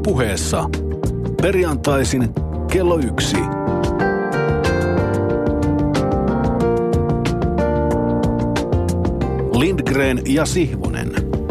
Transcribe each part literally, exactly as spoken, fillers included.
Puheessa. Perjantaisin kello yksi. Lindgren ja Sihvonen.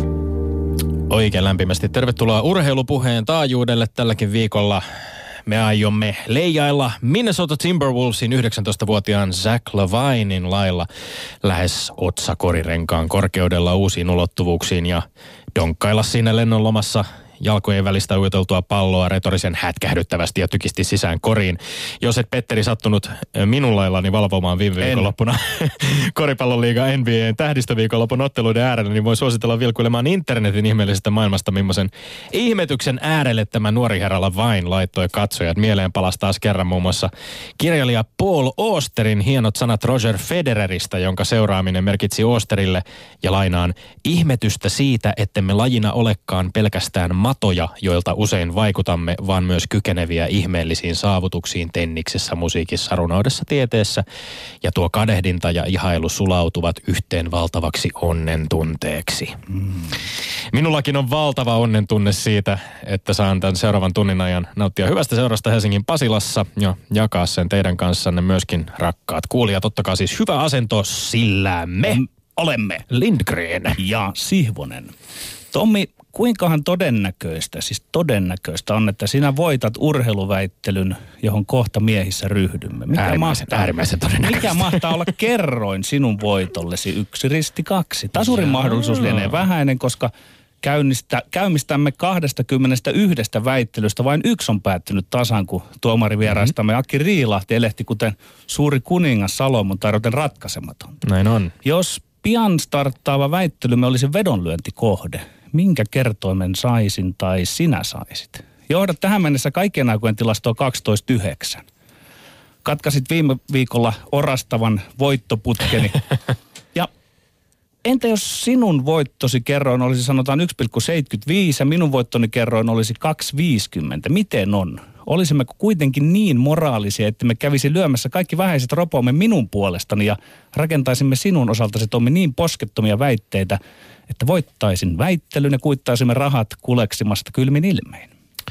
Oikein lämpimästi tervetuloa Urheilupuheen taajuudelle tälläkin viikolla. Me aiomme leijailla Minnesota Timberwolvesin yhdeksäntoistavuotiaan Zach LaVinen lailla lähes otsakorirenkaan korkeudella uusiin ulottuvuuksiin ja donkkailla siinä lennonlomassa jalkojen välistä ujuteltua palloa retorisen hätkähdyttävästi ja tykisti sisään koriin. Jos et Petteri sattunut minun laillani valvomaan viime viikonloppuna koripalloliiga N B A:n tähdistöviikonlopun otteluiden äärellä, niin voi suositella vilkuilemaan internetin ihmeellisestä maailmasta, millaisen ihmetyksen äärelle tämä nuori herra LaVine laittoi katsojat. Mieleen palasi taas kerran muun muassa kirjailija Paul Austerin hienot sanat Roger Federeristä, jonka seuraaminen merkitsi Austerille, ja lainaan, ihmetystä siitä, ettemme lajina olekaan pelkästään matoja, joilta usein vaikutamme, vaan myös kykeneviä ihmeellisiin saavutuksiin tenniksessä, musiikissa, runoudessa, tieteessä. Ja tuo kadehdinta ja ihailu sulautuvat yhteen valtavaksi onnen tunteeksi. Mm. Minullakin on valtava onnen tunne siitä, että saan tämän seuraavan tunnin ajan nauttia hyvästä seurasta Helsingin Pasilassa ja jakaa sen teidän kanssanne myöskin, rakkaat kuulijat. Ottakaa siis hyvä asento, sillä me mm. olemme Lindgren ja Sihvonen. Tommi, kuinkahan todennäköistä, siis todennäköistä on, että sinä voitat urheiluväittelyn, johon kohta miehissä ryhdymme? Mikä äärimmäisen, mahtaa, äärimmäisen todennäköistä. Mikä mahtaa olla kerroin sinun voitollesi yksi risti kaksi? Tasurin mahdollisuus lienee vähäinen, koska käynnistä, käymistämme kaksikymmentäyksi väittelystä vain yksi on päättynyt tasan, kun tuomarivieraistamme mm-hmm. Aki Riilahti elehti kuten suuri kuningas Salomon tarjoten ratkaisematonta. Näin on. Jos pian starttaava väittelymme olisi vedonlyöntikohde, minkä kertoimen saisin tai sinä saisit? Johdat tähän mennessä kaikkien aikojen tilastoa kaksitoista yhdeksän. Katkasit viime viikolla orastavan voittoputkeni. Ja entä jos sinun voittosi kerroin olisi sanotaan yksi pilkku seitsemänkymmentäviisi ja minun voittoni kerroin olisi kaksi pilkku viisikymmentä? Miten on? Olisimmeko kuitenkin niin moraalisia, että me kävisi lyömässä kaikki vähäiset ropoamme minun puolestani ja rakentaisimme sinun osaltasi, Tommi, niin poskettomia väitteitä, että voittaisin väittelyn ja kuittaisimme rahat kuleksimasta kylmin ilmein.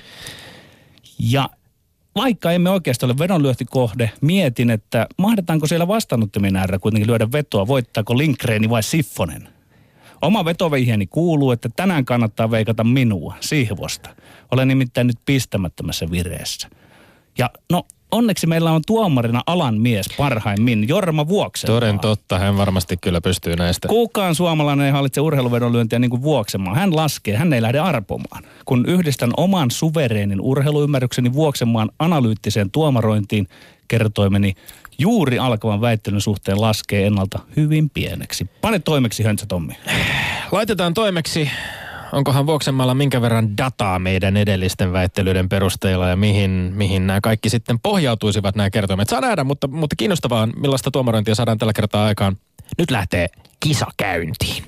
Ja vaikka emme oikeasti ole vedonlyöntikohde, mietin, että mahdetaanko siellä vastaanottimien äärellä kuitenkin lyödä vetoa, voittaako Lindgren vai Sihvonen. Oma vetoveihieni kuuluu, että tänään kannattaa veikata minua, Sihvosta. Olen nimittäin nyt pistämättömässä vireessä. Ja no, onneksi meillä on tuomarina alan mies parhaimmin, Jorma Vuoksenmaa. Toden totta, hän varmasti kyllä pystyy näistä. Kukaan suomalainen ei hallitse urheiluvedonlyöntiä niin kuin Vuoksenmaa. Hän laskee, hän ei lähde arpomaan. Kun yhdistän oman suvereenin urheiluymmärrykseni Vuoksenmaan analyyttiseen tuomarointiin, kertoimeni juuri alkavan väittelyn suhteen laskee ennalta hyvin pieneksi. Pane toimeksi, Höntsä Tommi. Laitetaan toimeksi. Onkohan Vuoksenmaalla minkä verran dataa meidän edellisten väittelyiden perusteella ja mihin, mihin nämä kaikki sitten pohjautuisivat nämä kertoimet? Saa nähdä, mutta, mutta kiinnostavaa, millaista tuomarointia saadaan tällä kertaa aikaan. Nyt lähtee kisa käyntiin.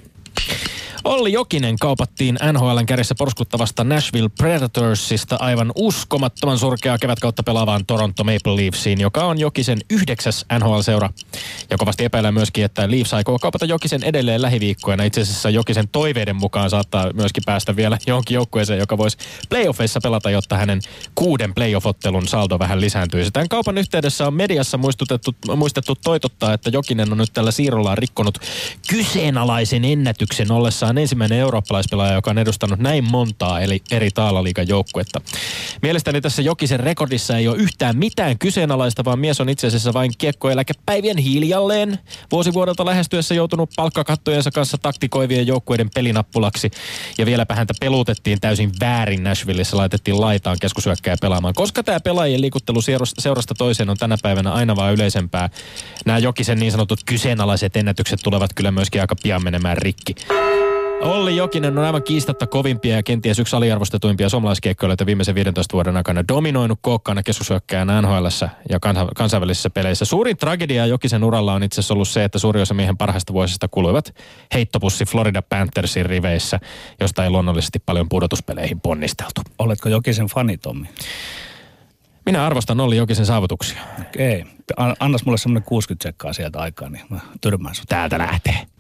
Olli Jokinen kaupattiin N H L:n kärjessä porskuttavasta Nashville Predatorsista aivan uskomattoman surkeaa kevätkautta pelaavaan Toronto Maple Leafsiin, joka on Jokisen yhdeksäs N H L-seura. Ja kovasti epäillään myöskin, että Leafs aikoo kaupata Jokisen edelleen lähiviikkoina. Itse asiassa Jokisen toiveiden mukaan saattaa myöskin päästä vielä johonkin joukkueeseen, joka voisi playoffeissa pelata, jotta hänen kuuden playoff-ottelun saldo vähän lisääntyisi. Tämän kaupan yhteydessä on mediassa muistutettu, muistettu toitottaa, että Jokinen on nyt tällä siirrollaan rikkonut kyseenalaisen ennätyksen ollessaan ensimmäinen eurooppalaispelaaja, joka on edustanut näin montaa eli eri taalaliigan joukkuetta. Mielestäni tässä Jokisen rekordissa ei ole yhtään mitään kyseenalaista, vaan mies on itse asiassa vain kiekkoeläkepäivien hiljalleen vuosivuodelta lähestyessä joutunut palkkakattojensa kanssa taktikoivien joukkueiden pelinappulaksi. Ja vieläpä häntä pelutettiin täysin väärin Nashvillessä, laitettiin laitaan keskusyökkääjä pelaamaan. Koska tämä pelaajien liikuttelu seurasta toiseen on tänä päivänä aina vaan yleisempää, nämä Jokisen niin sanotut kyseenalaiset ennätykset tulevat kyllä myöskin aika pian menemään rikki. Olli Jokinen on aivan kiistatta kovimpia ja kenties yksi aliarvostetuimpia suomalaiskiekkoilijoita viimeisen viidentoista vuoden aikana. Dominoinut kookkaana keskusyökkääjänä N H L:ssä ja kansainvälisissä peleissä. Suurin tragedia Jokisen uralla on itse asiassa ollut se, että suuri osa miehen parhaista vuosista kuluivat heittopussi Florida Panthersin riveissä, josta ei luonnollisesti paljon pudotuspeleihin ponnisteltu. Oletko Jokisen fani, Tommi? Minä arvostan Olli Jokisen saavutuksia. Okei. Annas mulle semmoinen kuusikymmentä sekkaa sieltä aikaa, niin mä tyrmään sut. Täältä lähtee.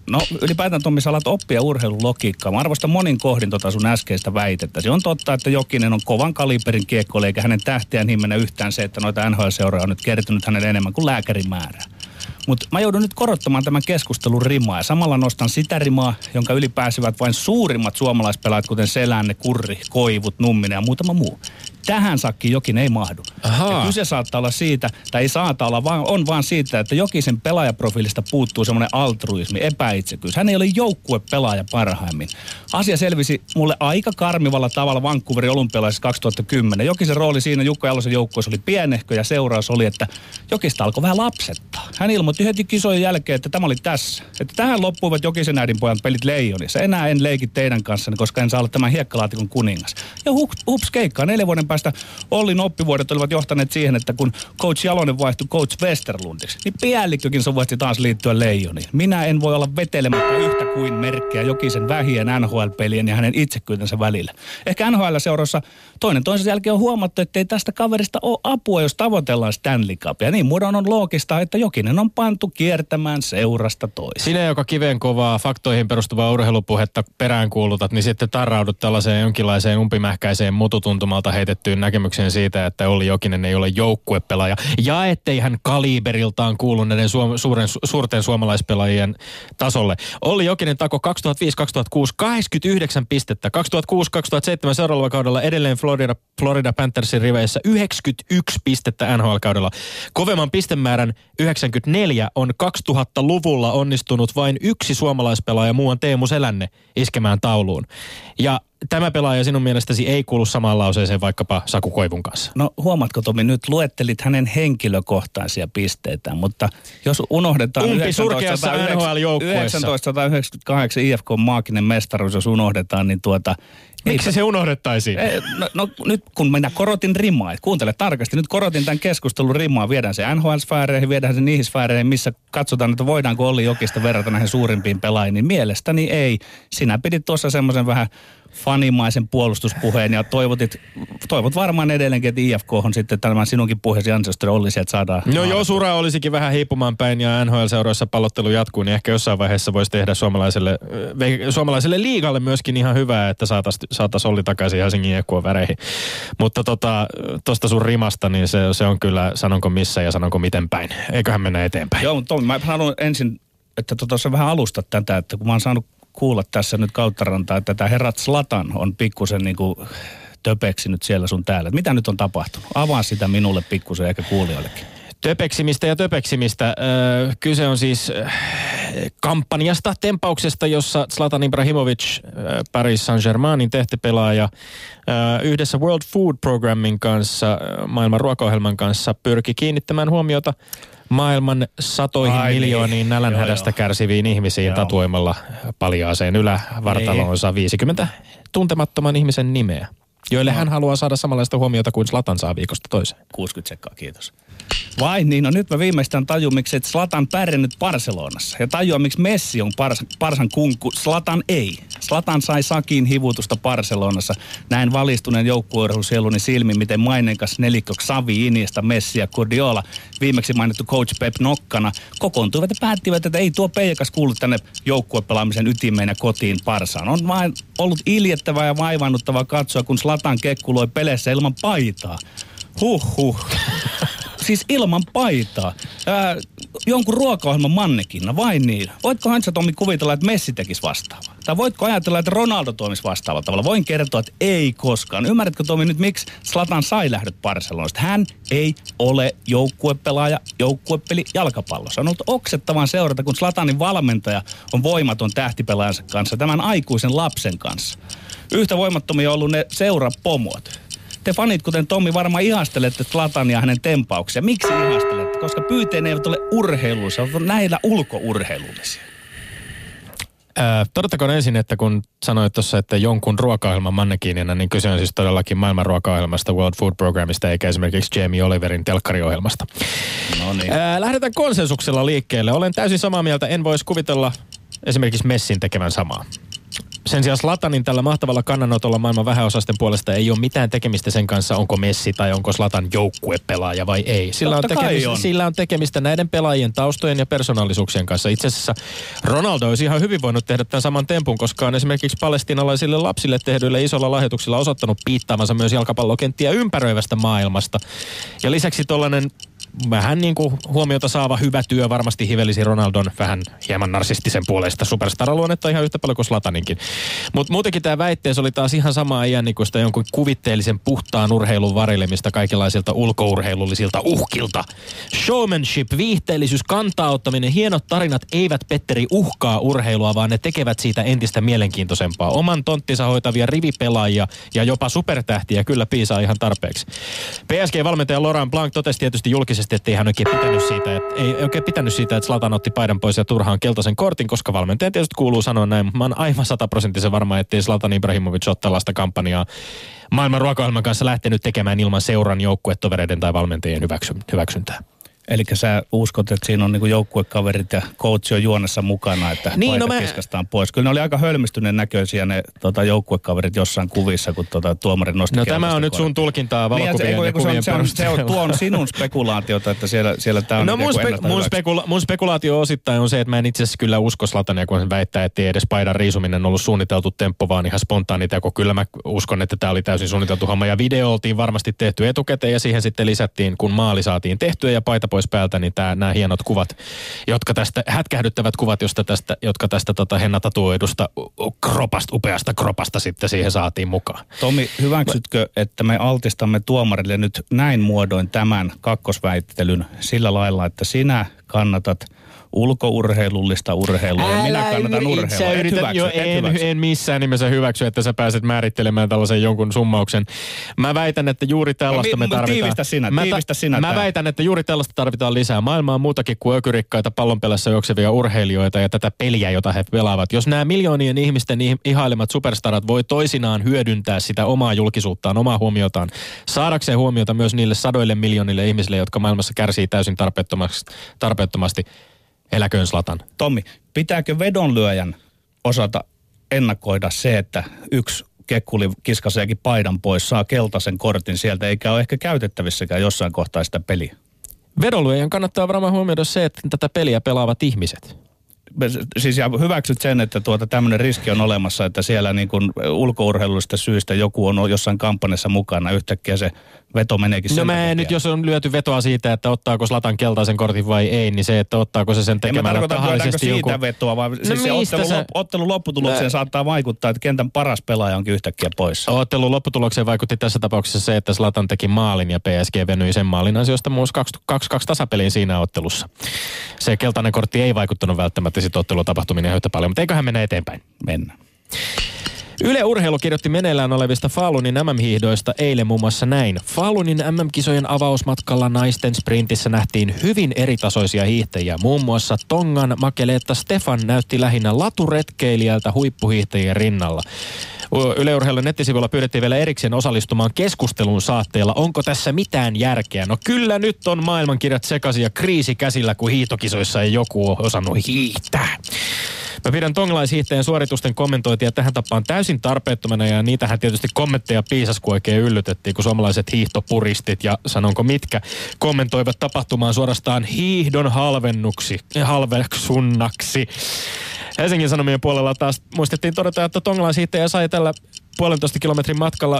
No ylipäätään Tommi, sä alat oppia urheilulogiikkaa. Mä arvostan monin kohdin tota sun äskeistä väitettä. Se on totta, että Jokinen on kovan kaliberin kiekkoilija, eikä hänen tähtiään himmenä yhtään se, että noita N H L-seuroja on nyt kertynyt hänelle enemmän kuin lääkärin määrää. Mutta mä joudun nyt korottamaan tämän keskustelun rimaa ja samalla nostan sitä rimaa, jonka yli pääsivät vain suurimmat suomalaispelaajat, kuten Selänne, Kurri, Koivut, Numminen ja muutama muu. Tähän sakkiin Jokinen ei mahdu. Ja kyse saattaa olla siitä, tai ei saata olla, vaan on vaan siitä, että Jokisen pelaajaprofiilista puuttuu semmoinen altruismi, epäitsekyys. Hän ei ole joukkuepelaaja parhaimmin. Asia selvisi mulle aika karmivalla tavalla Vancouverin olympialaisissa kaksituhattakymmenen. Jokisen rooli siinä Jukka Jalosen joukkueessa oli pienehkö ja seuraus oli, että Jokista alkoi vähän lapsettaa. Hän ilmoitti heti kisojen jälkeen, että tämä oli tässä. Että tähän loppuivat Jokisen äidinpojan pelit Leijonissa. Enää en leiki teidän kanssanne, koska en saa olla tämän hiekkalaatikon kuningas. Ja hups keikkaa, neljä vuoden päästä Ollin oppivuodet olivat johtaneet siihen, että kun coach Jalonen vaihtui coach Westerlundiksi, niin päällikkökin sovasti taas liittyä Leijoniin. Minä en voi olla vetelemättä yhtä kuin merkkejä Jokisen vähien N H L-pelien ja hänen itsekyytensä välillä. Ehkä N H L-seurassa toinen toisen jälkeen on huomattu, että ei tästä kaverista ole apua, jos tavoitellaan Stanley Cupia. Niin muodon on loogista, että Jokinen on pantu kiertämään seurasta toiseen. Sinä, joka kiveen kovaa faktoihin perustuvaa urheilupuhetta peräänkuulutat, niin sitten tarraudut tällaiseen jonkinlaiseen umpimähkäiseen mututuntumalta heitettyyn näkemykseen siitä, että Olli Jokinen ei ole joukkuepelaaja ja ettei hän kaliberiltaan kuulu näiden suom- suuren, suurten suomalaispelaajien tasolle. Olli Jokinen tako kaksituhattaviisi kaksituhattakuusi kahdeksankymmentäyhdeksän pistettä. kaksituhattakuusi kaksituhattaseitsemän seuraavalla kaudella edelleen Florida, Florida Panthersin riveissä yhdeksänkymmentäyksi pistettä N H L-kaudella. Kovemman pistemäärän yhdeksänkymmentäneljä on kaksituhattaluvulla onnistunut vain yksi suomalaispelaaja, muu on Teemu Selänne, iskemään tauluun. Ja tämä pelaaja sinun mielestäsi ei kuulu samaan lauseeseen vaikkapa Saku Koivun kanssa. No huomaatko Tomi, nyt luettelit hänen henkilökohtaisia pisteitään, mutta jos unohdetaan Umpi surkeassa N H L-joukkueessa. tuhatyhdeksänsataayhdeksänkymmentäkahdeksan I F K maaginen mestaruus, jos unohdetaan, niin tuota... Miksi se unohdettaisiin? No, no nyt kun minä korotin rimaa, että kuuntele tarkasti, nyt korotin tämän keskustelun rimaa, viedään se N H L-sfääreihin, viedään se niihin sfääreihin, missä katsotaan, että voidaanko Olli Jokista verrata näihin suurimpiin pelaajiin, niin mielestäni ei. Sinä pidit tuossa semmoisen vähän fanimaisen puolustuspuheen ja toivotit, toivot varmaan edelleenkin, että I F K on sitten tämän sinunkin puheesi ansiosta Olli sieltä saadaan. No jos ura olisikin vähän hiipumaan päin ja N H L-seuroissa pallottelu jatkuu, niin ehkä jossain vaiheessa voisi tehdä suomalaiselle, suomalaiselle liigalle myöskin ihan hyvää, että saataisiin saatais Olli takaisin Helsingin E K-väreihin. Mutta tota, tosta sun rimasta, niin se, se on kyllä, sanonko missä ja sanonko miten päin. Eiköhän mennä eteenpäin. Joo, mutta Tommi, mä haluan ensin, että tuossa vähän alusta tätä, että kun mä oon saanut kuulla tässä nyt kauttarantaa, että tämä herrat Zlatan on pikkusen niin kuin töpeksinyt siellä sun täällä. Mitä nyt on tapahtunut? Avaa sitä minulle pikkusen eikä kuulijoillekin. Töpeksimistä ja töpeksimistä. Öö, kyse on siis äh, kampanjasta, tempauksesta, jossa Zlatan Ibrahimovic, äh, Paris Saint-Germainin tehtipelaaja, äh, yhdessä World Food Programmin kanssa, äh, maailman ruokaohjelman kanssa, pyrki kiinnittämään huomiota maailman satoihin Ai miljooniin niin. nälänhädästä kärsiviin ihmisiin joo. tatuoimalla paljaaseen ylävartaloonsa niin. viisikymmentä tuntemattoman ihmisen nimeä, joille no. hän haluaa saada samanlaista huomiota kuin Zlatan saa viikosta toiseen. kuusikymmentä sekkaa, kiitos. Vai niin, no nyt mä viimeistään tajun, miksi et Zlatan pärjännyt Barcelonassa. Ja tajua, miksi Messi on pars, parsan kunku, Zlatan ei. Zlatan sai sakin hivutusta Barcelonassa. Näin valistuneen joukkueurheilusieluni silmin, miten maineikas nelikko Xavi, Iniesta, Messi ja Guardiola, viimeksi mainittu coach Pep Nokkana, kokoontuivat ja päättivät, että ei tuo peijakas kuulu tänne joukkuepelaamisen ytimeen ja kotiin Barsaan. On vain ollut iljettävää ja vaivannuttavaa katsoa, kun Zlatan kekkuloi peleissä ilman paitaa. Huh huh. Siis ilman paitaa. Ää, jonkun ruokaohjelman mannekinna, vain niin. Voitko Hansä Tommi kuvitella, että Messi tekisi vastaavaa? Tai voitko ajatella, että Ronaldo toimisi vastaavalla tavalla? Voin kertoa, että ei koskaan. Ymmärrätkö Tommi nyt, miksi Zlatan sai lähdöt Barcelonasta? Hän ei ole joukkuepelaaja, joukkuepeli jalkapallossa. On ollut oksettavan seurata, kun Zlatanin valmentaja on voimaton tähtipelaajansa kanssa, tämän aikuisen lapsen kanssa. Yhtä voimattomia on ollut ne seurapomot. Te fanit, kuten Tommi, varmaan ihastelette Zlatania ja hänen tempauksia. Miksi ihastelette? Koska pyyteen eivät ole urheilullisia, vaan näillä ulkourheilullisia. Ää, todettakoon ensin, että kun sanoit tuossa, että jonkun ruokaohjelman mannekiinina, niin kyse on siis todellakin maailman ruokaohjelmasta, World Food Programmista, eikä esimerkiksi Jamie Oliverin telkkariohjelmasta. No niin. Ää, lähdetään konsensuksella liikkeelle. Olen täysin samaa mieltä, en voisi kuvitella esimerkiksi Messin tekevän samaa. Sen sijaan Zlatanin tällä mahtavalla kannanotolla maailman vähäosaisten puolesta ei ole mitään tekemistä sen kanssa, onko Messi tai onko Zlatan joukkuepelaaja vai ei. Sillä on, tekemistä, on. sillä on tekemistä näiden pelaajien taustojen ja persoonallisuuksien kanssa. Itse asiassa Ronaldo olisi ihan hyvin voinut tehdä tämän saman tempun, koska on esimerkiksi palestiinalaisille lapsille tehdyille isolla lahjoituksilla osoittanut piittaamansa myös jalkapallokenttiä ympäröivästä maailmasta. Ja lisäksi tollainen vähän niin kuin huomiota saava hyvä työ varmasti hivelisi Ronaldon vähän hieman narsistisen puoleista superstaraluonnetta ihan yhtä paljon kuin Zlataninkin. Mutta muutenkin tämä väitteessä oli taas ihan samaa iänikuista jonkun kuvitteellisen puhtaan urheilun varilemista kaikenlaisilta ulkourheilullisilta uhkilta. Showmanship, viihteellisyys, kantauttaminen, hienot tarinat eivät, Petteri, uhkaa urheilua, vaan ne tekevät siitä entistä mielenkiintoisempaa. Oman tonttinsa hoitavia rivipelaajia ja jopa supertähtiä kyllä piisaa ihan tarpeeksi. P S G-valmentaja Laurent Blanc totesi tietysti julkisesti, että ei hän oikein pitänyt siitä, että, ei oikein pitänyt siitä, että Zlatan otti paidan pois ja turhaan keltaisen kortin, koska valmentaja tietysti kuuluu sanoa näin. Mä oon aivan sataprosenttisen varma, ettei Zlatan Ibrahimovic ole tällaista kampanjaa maailman ruokaohjelman kanssa lähtenyt tekemään ilman seuran joukkuetovereiden tai valmentajien hyväksy, hyväksyntää. Eli sä uskot, että siinä on niinku joukkuekaverit ja coach on juonessa mukana, että niin, paita no mä... kiskastaan pois. Kyllä ne oli aika hölmistyneen näköisiä ne tota, joukkuekaverit jossain kuvissa, kun tota, tuomari nosti. No tämä on nyt sun tulkintaa valokuvien niin, ja, ja kuvien se on, se on, tuo on sinun spekulaatiota, että siellä, siellä tämä on... No mun, spe, mun, spekula, mun spekulaatio osittain on se, että mä en itse asiassa kyllä usko Zlatania, kun hän väittää, että ei edes paidan riisuminen ollut suunniteltu temppo, vaan ihan spontaani teko. Kyllä mä uskon, että tämä oli täysin suunniteltu homma ja video oltiin varmasti tehty etukäteen ja siihen sitten lisättiin, kun maali saatiin tehtyä ja paita pois päältä, niin nämä hienot kuvat, jotka tästä, hätkähdyttävät kuvat, josta tästä, jotka tästä tota hennatatuoidusta kropasta, upeasta kropasta sitten siihen saatiin mukaan. Tomi, hyväksytkö, että me altistamme tuomarille nyt näin muodoin tämän kakkosväittelyn sillä lailla, että sinä kannatat ulkourheilullista urheilua ja minä kannatan urheilua. Et hyväksy, jo, et en, hyväksy. en missään nimessä hyväksy, että sä pääset määrittelemään tällaisen jonkun summauksen. Mä väitän, että juuri tällaista no, me tarvitaan. Tiivistä sinä, mä, tiivistä sinä Mä väitän, että juuri tällaista tarvitaan lisää. Maailmaa on muutakin kuin ökyrikkaita pallonpelässä juoksevia urheilijoita ja tätä peliä, jota he pelaavat. Jos nämä miljoonien ihmisten ihailemat superstarat voi toisinaan hyödyntää sitä omaa julkisuuttaan, omaa huomiotaan, saadakseen huomiota myös niille sadoille miljoonille ihmisille, jotka maailmassa kärsii täysin tarpeettomasti, tarpeettomasti. Eläköön Zlatan. Tommi, pitääkö vedonlyöjän osata ennakoida se, että yksi kekkuli kiskaseekin paidan pois, saa keltaisen kortin sieltä, eikä ole ehkä käytettävissäkään jossain kohtaa sitä peliä? Vedonlyöjän kannattaa varmaan huomioida se, että tätä peliä pelaavat ihmiset. Siis ja hyväksyt sen, että tuota tämmöinen riski on olemassa, että siellä niin kuin ulkourheilullisista syistä joku on jossain kampanjassa mukana, yhtäkkiä se veto meneekin sen No mä en nyt, jos on lyöty vetoa siitä, että ottaako Zlatan keltaisen kortin vai ei, niin se, että ottaako se sen tekemällä tahallisesti joku... siitä vetoa, vaan no siis se ottelu, se... ottelun lopputulokseen Nä... saattaa vaikuttaa, että kentän paras pelaaja onkin yhtäkkiä poissa. Ottelun lopputulokseen vaikutti tässä tapauksessa se, että Zlatan teki maalin ja P S G venyi sen maalin ansiosta muun kaksi kaksi tasapeliin siinä ottelussa. Se keltainen kortti ei vaikuttanut välttämättä sit ottelutapahtuminen yhtä paljon, mutta eiköhän mennä eteenpäin. Mennään. Yle Urheilu kirjoitti meneillään olevista Falunin M M-hiihdoista eilen muun muassa näin. Falunin M M-kisojen avausmatkalla naisten sprintissä nähtiin hyvin eritasoisia hiihtäjiä. Muun muassa Tongan Makeletta Stefan näytti lähinnä laturetkeilijältä huippuhiihtäjien rinnalla. Yle Urheilun nettisivuilla pyydettiin vielä erikseen osallistumaan keskustelun saatteella. Onko tässä mitään järkeä? No kyllä nyt on maailmankirjat sekaisin ja kriisi käsillä, kun hiihtokisoissa ei joku ole osannut hiihtää. Mä pidän tonglaishiihtäjän suoritusten kommentointia tähän tapaan täysin tarpeettomana ja niitähän tietysti kommentteja piisas, kun oikein yllytettiin, kun suomalaiset hiihtopuristit ja sanonko mitkä kommentoivat tapahtumaan suorastaan hiihdon halvennuksi, halveksunnaksi. Helsingin Sanomien puolella taas muistettiin todeta, että tonglaishiihtäjä sai tällä puolentoista kilometrin matkalla,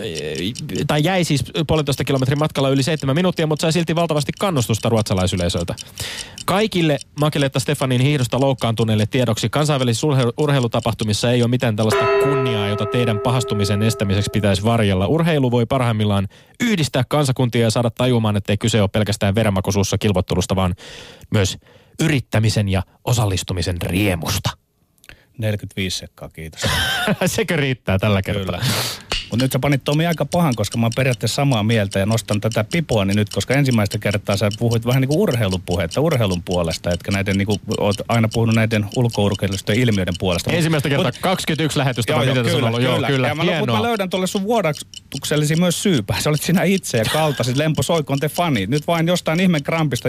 tai jäi siis puolentoista kilometrin matkalla yli seitsemän minuuttia, mutta sai silti valtavasti kannustusta ruotsalaisyleisöltä. Kaikille Makeletta Stefanin hiihdosta loukkaantuneille tiedoksi kansainvälisissä urheilutapahtumissa ei ole mitään tällaista kunniaa, jota teidän pahastumisen estämiseksi pitäisi varjella. Urheilu voi parhaimmillaan yhdistää kansakuntia ja saada tajumaan, ettei kyse ole pelkästään verenmakuisuussa kilvottelusta, vaan myös yrittämisen ja osallistumisen riemusta. neljäkymmentäviisi sekkaa, kiitos. Sekö riittää tällä kertaa? Kyllä. Mutta nyt sä panit Tomi aika pahan, koska mä oon periaatteessa samaa mieltä ja nostan tätä pipoani nyt, koska ensimmäistä kertaa sä puhuit vähän niin kuin urheilupuhetta, urheilun puolesta, etkä näiden niin kuin, oot aina puhunut näiden ulkourheilusten ilmiöiden puolesta. Ensimmäistä kertaa mut, kaksikymmentäyksi lähetystä, joo, vai miten tässä on ollut? Joo, kyllä, hienoa. Mutta mä löydän tuolle sun vuodatuksellesi myös syypää. Sä olet sinä itse ja kaltaisit Lempo Soikonte fani. Nyt vain jostain ihmeen krampista jo olet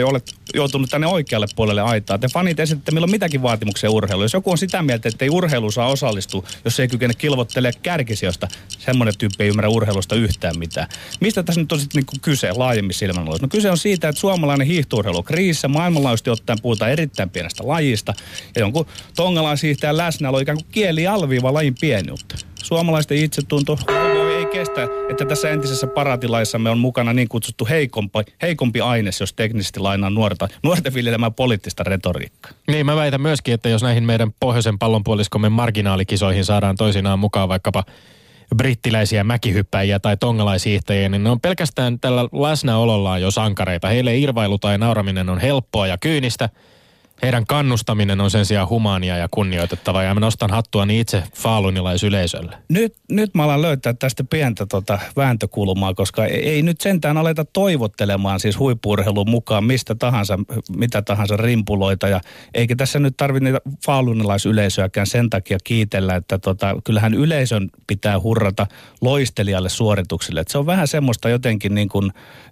joutunut tänne oikealle puolelle aitaa. Te fanit esitätte milloin mitäkin vaatimuksia urheiluun. Jos joku on sitä mieltä, että ei urheilu saa osallistua, jos ei kykene kilvoittelemaan kärkisijoista, semmoinen tyyppi ei ymmärrä urheilusta yhtään mitään. Mistä tässä nyt on sitten niinku kyse laajemmin silmänalueessa? No kyse on siitä, että suomalainen hiihtourheilu on kriisissä, maailmanlaajuisesti ottaen puhutaan erittäin pienestä lajista, ja jonkun tongalaishiihtäjän läsnäolo ikään kuin kieli alviiva lajin pieniutta. Suomalaisten itsetunto ei kestä, että tässä entisessä paratilaissamme on mukana niin kutsuttu heikompi, heikompi aines, jos teknisesti lainaa nuorta, nuorten viljelemään poliittista retoriikkaa. Niin, mä väitän myöskin, että jos näihin meidän pohjoisen pallonpuoliskomme marginaalikisoihin saadaan toisinaan mukaan vaikkapa brittiläisiä mäkihyppäjiä tai tongalaishiihtäjiä, niin ne on pelkästään tällä läsnäolollaan jo sankareita. Heille irvailu tai nauraminen on helppoa ja kyynistä. Heidän kannustaminen on sen sijaan humaania ja kunnioitettavaa, ja mä nostan hattuani itse falunilaisyleisölle. Nyt, nyt mä alan löytää tästä pientä tota vääntökulmaa, koska ei, ei nyt sentään aleta toivottelemaan siis huippu-urheilun mukaan mistä tahansa, mitä tahansa rimpuloita, ja eikä tässä nyt tarvitse niitä falunilaisyleisöäkään sen takia kiitellä, että tota, kyllähän yleisön pitää hurrata loistelijalle suorituksille. Et se on vähän semmoista jotenkin niin kuin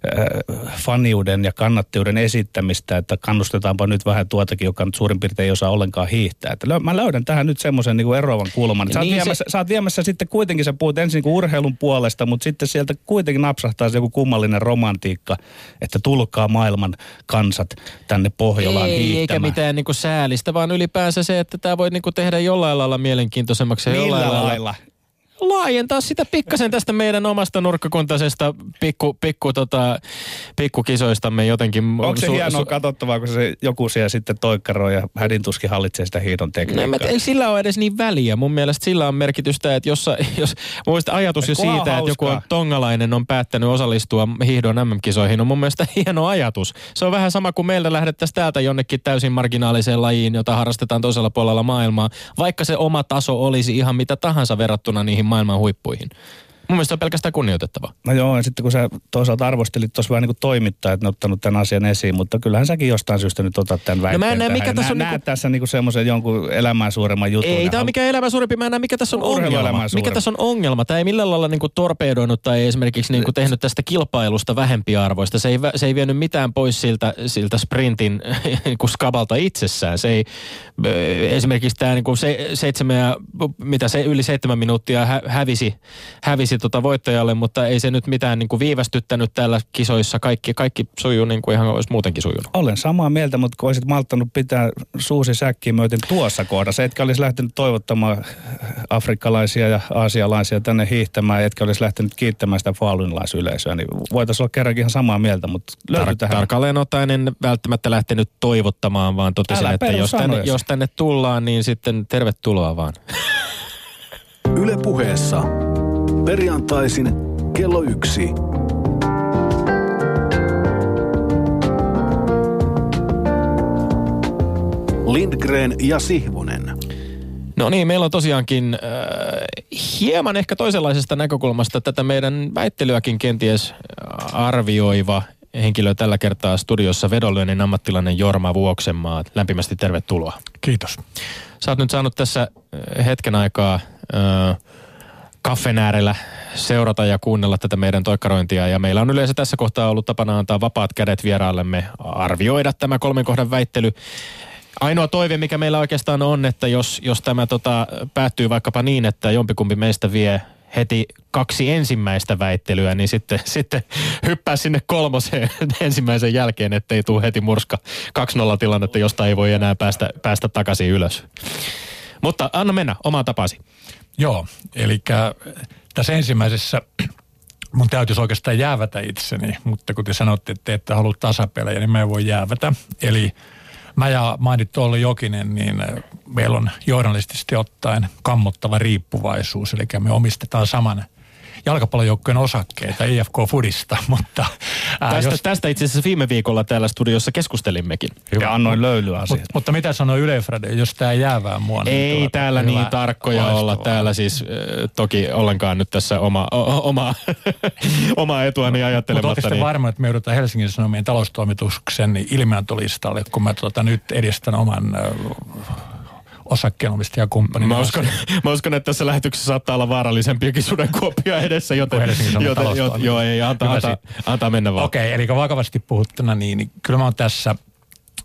äh, faniuden ja kannattiuden esittämistä, että kannustetaanpa nyt vähän tuota, joka nyt suurin piirtein ei osaa ollenkaan hiihtää. Että mä löydän tähän nyt semmoisen niin kuin eroavan kulman. Sä, niin se... sä oot viemässä sitten kuitenkin, sä puhut ensin niin kuin urheilun puolesta, mutta sitten sieltä kuitenkin napsahtaa se joku kummallinen romantiikka, että tulkaa maailman kansat tänne Pohjolaan ei, hiihtämään. Eikä mitään niin kuin säälistä, vaan ylipäänsä se, että tämä voi niin kuin tehdä jollain lailla mielenkiintoisemmaksi. Millä jollain lailla? lailla laajentaa sitä pikkasen tästä meidän omasta nurkkakuntaisesta pikku, pikku, tota, pikkukisoistamme jotenkin. Onko se su, hienoa su, katsottavaa, kun se joku siellä sitten toikkaroi ja hädintuskin hallitsee sitä hiidon tekniikkaa? No, ei sillä ole edes niin väliä. Mun mielestä sillä on merkitystä, että jos, jos mun ajatus jo siitä, hauskaa. Että joku on tongalainen on päättänyt osallistua hiihdon äm äm-kisoihin, on mun mielestä hieno ajatus. Se on vähän sama kuin meiltä lähdettäisiin täältä jonnekin täysin marginaaliseen lajiin, jota harrastetaan toisella puolella maailmaa, vaikka se oma taso olisi ihan mitä tahansa verrattuna niihin maailman huippuihin. Mun mielestä on pelkästään kunnioitettava. No joo, ja sitten kun sä toisaalta arvostelit tuossa vähän niin kuin toimittaa, että ne ottanut tämän asian esiin, mutta kyllähän säkin jostain syystä nyt otat tämän väitteen. No mä en näe, mikä tässä on... Näet niinku... tässä niinku semmoisen jonkun elämää suuremman jutun. Ei tämä ole mikään elämää suurempi, mä en näe, mikä tässä on ongelma. Mikä tässä on ongelma? Tämä ei millään lailla niinku torpeedoinut tai esimerkiksi niinku tehnyt tästä kilpailusta vähempiarvoista. Se ei, se ei vienyt mitään pois siltä, siltä sprintin niinku skabalta itsessään. Se ei, esimerkiksi tämä niinku se, seitsemän ja, mitä se yli seitsemän minuuttia hä, hävisi, hävisi tota voittajalle, mutta ei se nyt mitään niin kuin viivästyttänyt täällä kisoissa. Kaikki, kaikki sujuu niin kuin ihan olisi muutenkin sujunut. Olen samaa mieltä, mutta kun olisit malttanut pitää suusi säkkiin myöten tuossa kohdassa, etkä olisi lähtenyt toivottamaan afrikkalaisia ja aasialaisia tänne hiihtämään, etkä olisi lähtenyt kiittämään sitä falunilaisyleisöä, niin voitaisiin olla kerrankin ihan samaa mieltä, mutta löytyy Tar- tähän. Tarkalleen ottaen en välttämättä lähtenyt toivottamaan, vaan totesin, että jos tänne, jos tänne tullaan, niin sitten tervetuloa vaan. Yle Puheessa. Perjantaisin kello yksi. Lindgren ja Sihvonen. No niin, meillä on tosiaankin äh, hieman ehkä toisenlaisesta näkökulmasta tätä meidän väittelyäkin kenties arvioiva henkilö tällä kertaa studiossa, vedonlyönnin ammattilainen Jorma Vuoksenmaa. Lämpimästi tervetuloa. Kiitos. Sä oot nyt saanut tässä hetken aikaa äh, kaffen äärellä seurata ja kuunnella tätä meidän toikkarointia. Ja meillä on yleensä tässä kohtaa ollut tapana antaa vapaat kädet vieraillemme arvioida tämä kolmen kohdan väittely. Ainoa toive, mikä meillä oikeastaan on, että jos, jos tämä tota, päättyy vaikkapa niin, että jompikumpi meistä vie heti kaksi ensimmäistä väittelyä, niin sitten, sitten hyppää sinne kolmoseen ensimmäisen jälkeen, ettei tule heti murska kaksi nolla tilannetta, josta ei voi enää päästä, päästä takaisin ylös. Mutta anna mennä, omaa tapasi. Joo, eli tässä ensimmäisessä mun täytyisi oikeastaan jäävätä itseni, mutta kun te sanotte, että te ette halua tasapelejä, niin mä en voi jäävätä. Eli mä ja mainittu Olli Jokinen, niin meillä on journalistisesti ottaen kammottava riippuvaisuus, eli me omistetaan saman jalkapallojoukkojen osakkeita I F K Foodista, mutta... Ää, tästä, jos... tästä itse asiassa viime viikolla täällä studiossa keskustelimmekin. Hyvä. Ja annoin löylyä asiasta. Mut, mutta mitä sanoi Yleisradio, jos tämä jäävää mua? Niin ei tuota, täällä hyvä, niin tarkkoja loistavaa. Olla. Täällä siis äh, toki ollenkaan nyt tässä oma, o, oma, omaa etuani ajattelematta. Mutta niin... varma, että me joudutaan Helsingin Sanomien taloustoimituksen ilmiantolistalle, kun mä tuota, nyt edistän oman... Äh, osakkeenomistajakumppanin. Mä uskon, mä uskon, että tässä lähetyksessä saattaa olla vaarallisempiakin sudenkuoppia edessä, joten, joten jo, jo, ei, anta, anta, anta mennä vaan. Okei, okay, eli vakavasti puhuttuna, niin, niin kyllä mä oon tässä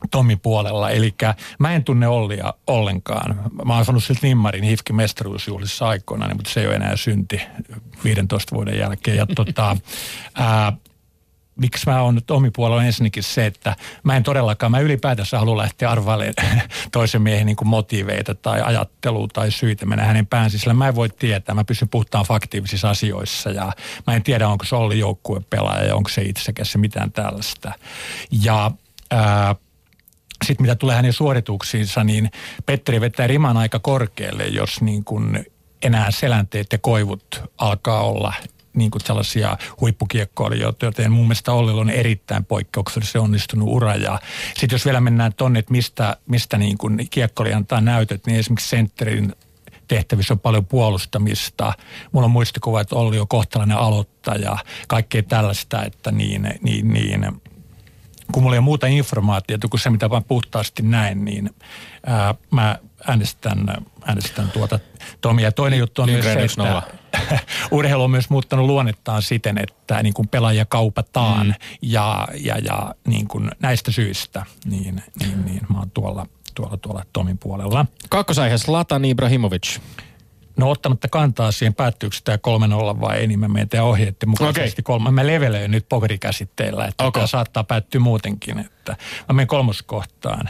Tommin puolella. Eli mä en tunne Ollia ollenkaan. Mä oon saanut siltä nimmarin H I F K:n mestaruusjuhlissa aikoinaan, mutta se ei ole enää synti viidentoista vuoden jälkeen. Ja tota, ää, miksi mä oon nyt Tommin puolella on ensinnäkin se, että mä en todellakaan, mä ylipäätänsä halua lähteä arvailemaan toisen miehen niin kuin motiiveita tai ajattelua tai syitä mennä hänen pään sisällä. Mä en voi tietää, mä pystyn puhtaan faktiivisissa asioissa ja mä en tiedä, onko se Olli joukkuepelaaja ja onko se itsekäs ja mitään tällaista. Ja ää, sitten mitä tulee hänen suorituksiinsa, niin Petteri vetää riman aika korkealle, jos niin kuin enää selänteet ja koivut alkaa olla niin kuin sellaisia huippukiekkoilijoita, joten mun mielestä Ollilla on erittäin poikkeuksellisesti onnistunut ura. Ja sitten jos vielä mennään tonne, että mistä, mistä niin kuin kiekkoilija antaa näytöt, niin esimerkiksi sentterin tehtävissä on paljon puolustamista. Mulla on muistikuva, että Olli on kohtalainen aloittaja, kaikkea tällaista, että niin, niin, niin kun mulla ei ole muuta informaatiota kuin se, mitä vaan puhtaasti näin, niin ää, mä äänestän, äänestän tuota Tomia. Toinen juttu on myös se, että urheilu on myös muuttanut luonnettaan siten, että niin kuin pelaajia kaupataan mm. ja, ja, ja niin kuin näistä syistä, niin, niin, niin mä oon tuolla, tuolla, tuolla Tomin puolella. Kakkosaiheessa Zlatan Ibrahimovic. No ottamatta kantaa siihen, päättyykö tämä kolme nolla vai ei, niin mä menen teidän ohjeiden mukaisesti okay. kolme. Mä levelöin nyt pokerikäsitteillä, että okay. tämä saattaa päättyä muutenkin. Että mä menen kolmoskohtaan.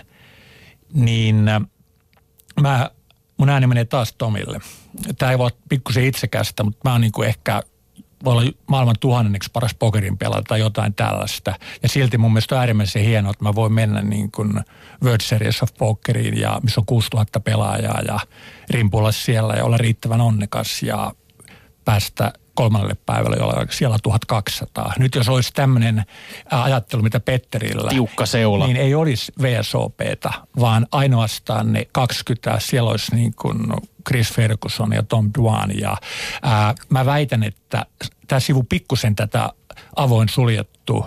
Niin mä, mun ääni menee taas Tomille. Tämä ei voi pikkusen itsekästä, mutta mä oon niin kuin ehkä, voi olla maailman tuhannenneksi paras pokerin pelaaja tai jotain tällaista. Ja silti mun mielestä on äärimmäisen hienoa, että mä voin mennä niin kuin World Series of Pokeriin, ja missä on kuusituhatta pelaajaa ja rimpulla siellä ja olla riittävän onnekas ja päästä kolmannelle päivälle, jolla siellä on tuhatkaksisataa. Nyt jos olisi tämmöinen ajattelu, mitä Petterillä. Tiukka seula. Niin ei olisi V S O P:tä, vaan ainoastaan ne kaksikymmentä, siellä olisi niin kuin Chris Ferguson ja Tom Dwan. Ja ää, mä väitän, että tämä sivu pikkusen tätä avoin suljettu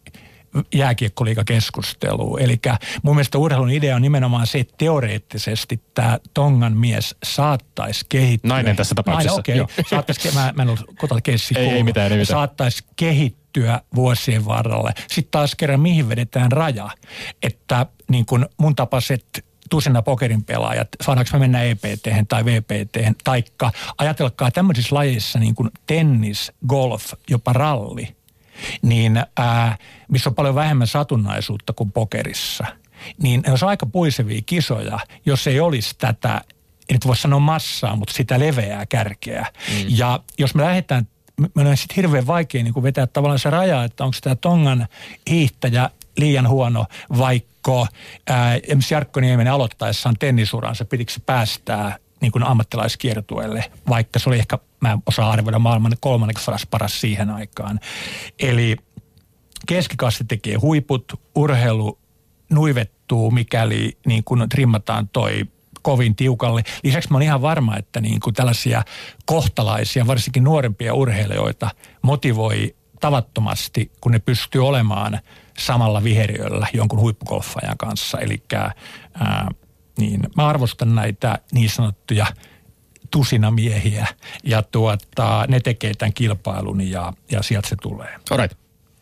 jääkiekkoliigakeskustelua. Eli mun mielestä urheilun idea on nimenomaan se, että teoreettisesti tämä Tongan mies saattaisi kehittyä. Nainen tässä tapauksessa. Nainen, okei. Okay. Saattaisi, mä, mä en ole kotalla keissi ei, ei mitään, ei mitään. Saattaisi kehittyä vuosien varrelle. Sitten taas kerran, mihin vedetään raja. Että niin kun mun tapaiset tusina pokerin pelaajat, saadaanko me mennä E P T:hen tai V P T:hen, taikka ajatelkaa tämmöisissä lajeissa niin kuin tennis, golf, jopa ralli, niin ää, missä on paljon vähemmän satunnaisuutta kuin pokerissa, niin ne olisi aika puisevia kisoja, jos ei olisi tätä, en nyt voi sanoa massaa, mutta sitä leveää kärkeä. Mm. Ja jos me lähdetään, me on sitten hirveän vaikea niin kuin vetää tavallaan se raja, että onko tämä Tongan hiihtäjä liian huono, vaikka ää, esimerkiksi Jarkko Nieminen aloittaessaan tennisuransa, pitikö se päästää niin kuin ammattilaiskiertueelle, vaikka se oli ehkä, mä en osaa arvioida maailman kolmanneksi paras siihen aikaan. Eli keskikasti tekee huiput, urheilu nuivettuu, mikäli niin kuin trimmataan toi kovin tiukalle. Lisäksi mä oon ihan varma, että niin kuin tällaisia kohtalaisia, varsinkin nuorempia urheilijoita motivoi tavattomasti, kun ne pystyy olemaan samalla viheriöllä jonkun huippugolfajan kanssa. Eli ää, niin mä arvostan näitä niin sanottuja tusinamiehiä ja tuota, ne tekee tämän kilpailun ja, ja sieltä se tulee. Alright.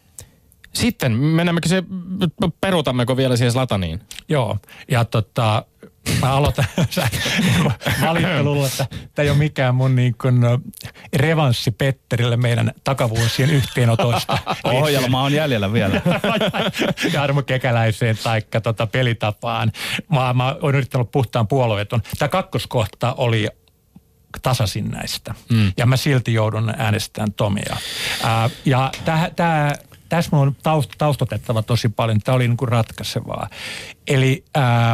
Sitten mennäänkö se, peruutammeko vielä siihen Zlataniin? Joo, ja tota, mä aloitan valittelulla, että tämä ei ole mikään mun niin kuin revanssi Petterille meidän takavuosien yhteenotoista. Ohjelma on jäljellä vielä. Jarmo Kekäläiseen taikka tota pelitapaan. Mä, mä oon yrittänyt puhtaan puolueeton. Tämä kakkoskohta oli tasasin näistä. Mm. Ja mä silti joudun äänestämään Tomia. Ää, ja tämä... Tässä on taust, taustotettava tosi paljon. Tämä oli niin kuin ratkaisevaa. Eli ää,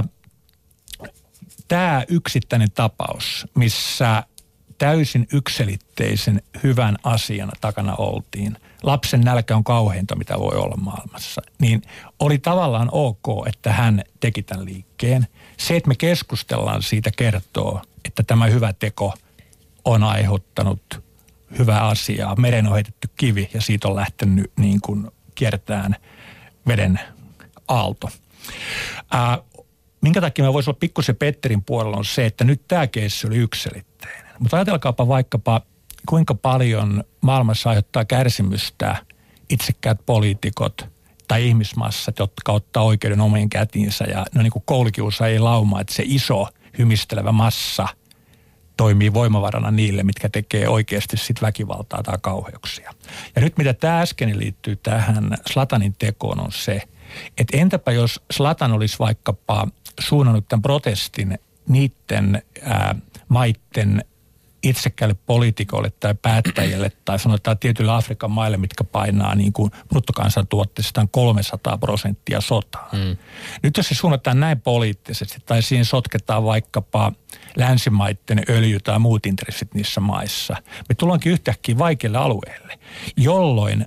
tämä yksittäinen tapaus, missä täysin yksiselitteisen hyvän asian takana oltiin, lapsen nälkä on kauheinta, mitä voi olla maailmassa, niin oli tavallaan ok, että hän teki tämän liikkeen. Se, että me keskustellaan siitä, kertoo, että tämä hyvä teko on aiheuttanut hyvää asiaa. Meren on heitetty kivi ja siitä on lähtenyt niin kuin kiertään veden aalto. Ää, minkä takia mä voisin olla pikkusen Petterin puolella on se, että nyt tämä keissi oli yksiselitteinen. Mutta ajatelkaapa vaikkapa, kuinka paljon maailmassa aiheuttaa kärsimystä itsekkäät poliitikot tai ihmismassat, jotka ottaa oikeuden omiin kätiinsä ja no niin kuin koulukiusaajien lauma, että se iso hymistelevä massa toimii voimavarana niille, mitkä tekee oikeasti sit väkivaltaa tai kauheuksia. Ja nyt mitä tämä äsken liittyy tähän Zlatanin tekoon on se, että entäpä jos Zlatan olisi vaikkapa suunnannut tämän protestin niiden ää, maitten itsekkäille poliitikoille tai päättäjille tai sanotaan tietyille Afrikan maille, mitkä painaa niin kuin bruttokansantuotteestaan kolmesataa prosenttia sotaa. Mm. Nyt jos se suunnataan näin poliittisesti tai siihen sotketaan vaikkapa länsimaiden öljy- tai muut intressit niissä maissa, me tullaankin yhtäkkiä vaikealle alueelle, jolloin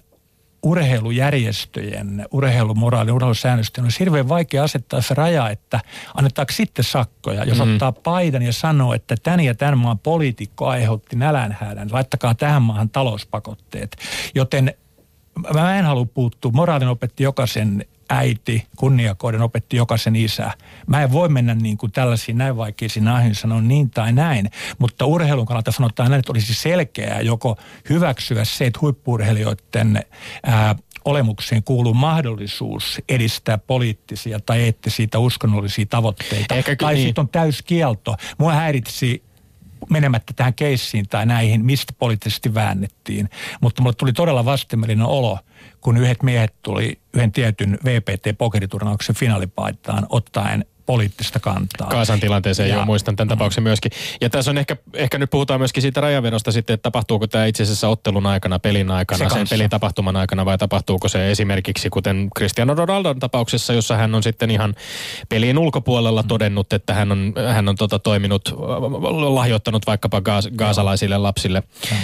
urheilujärjestöjen, urheilumoraalin, urheilusäännösten on hirveän vaikea asettaa se raja, että annetaanko sitten sakkoja. Jos mm-hmm. ottaa paidan ja sanoo, että tän ja tämän maan poliitikko aiheutti nälänhädän, laittakaa tähän maahan talouspakotteet. Joten mä en halua puuttua. Moraalin opetti jokaisen äiti, kunniakoiden opetti jokaisen isä. Mä en voi mennä niin kuin tällaisiin näin vaikeisiin aiheisiin sanoa niin tai näin, mutta urheilun kannalta sanotaan näin, että olisi selkeää joko hyväksyä se, että huippu-urheilijoiden ää, olemukseen kuuluu mahdollisuus edistää poliittisia tai eettisiä tai uskonnollisia tavoitteita. Eikä, tai niin. Sitten on täyskielto. Mua häiritsi menemättä tähän keissiin tai näihin, mistä poliittisesti väännettiin. Mutta mulle tuli todella vastenmielinen olo, kun yhdet miehet tuli yhden tietyn V P T-pokeriturnauksen finaalipaitaan ottaen poliittista kantaa. Gazan tilanteeseen, ja, joo, muistan tämän tapauksen myöskin. Ja tässä on ehkä, ehkä nyt puhutaan myöskin siitä rajavedosta sitten, että tapahtuuko tämä itse asiassa ottelun aikana, pelin aikana, se sen pelin tapahtuman aikana, vai tapahtuuko se esimerkiksi kuten Cristiano Ronaldon tapauksessa, jossa hän on sitten ihan pelin ulkopuolella todennut, että hän on, hän on tota, toiminut, lahjoittanut vaikkapa gaas, gaasalaisille lapsille.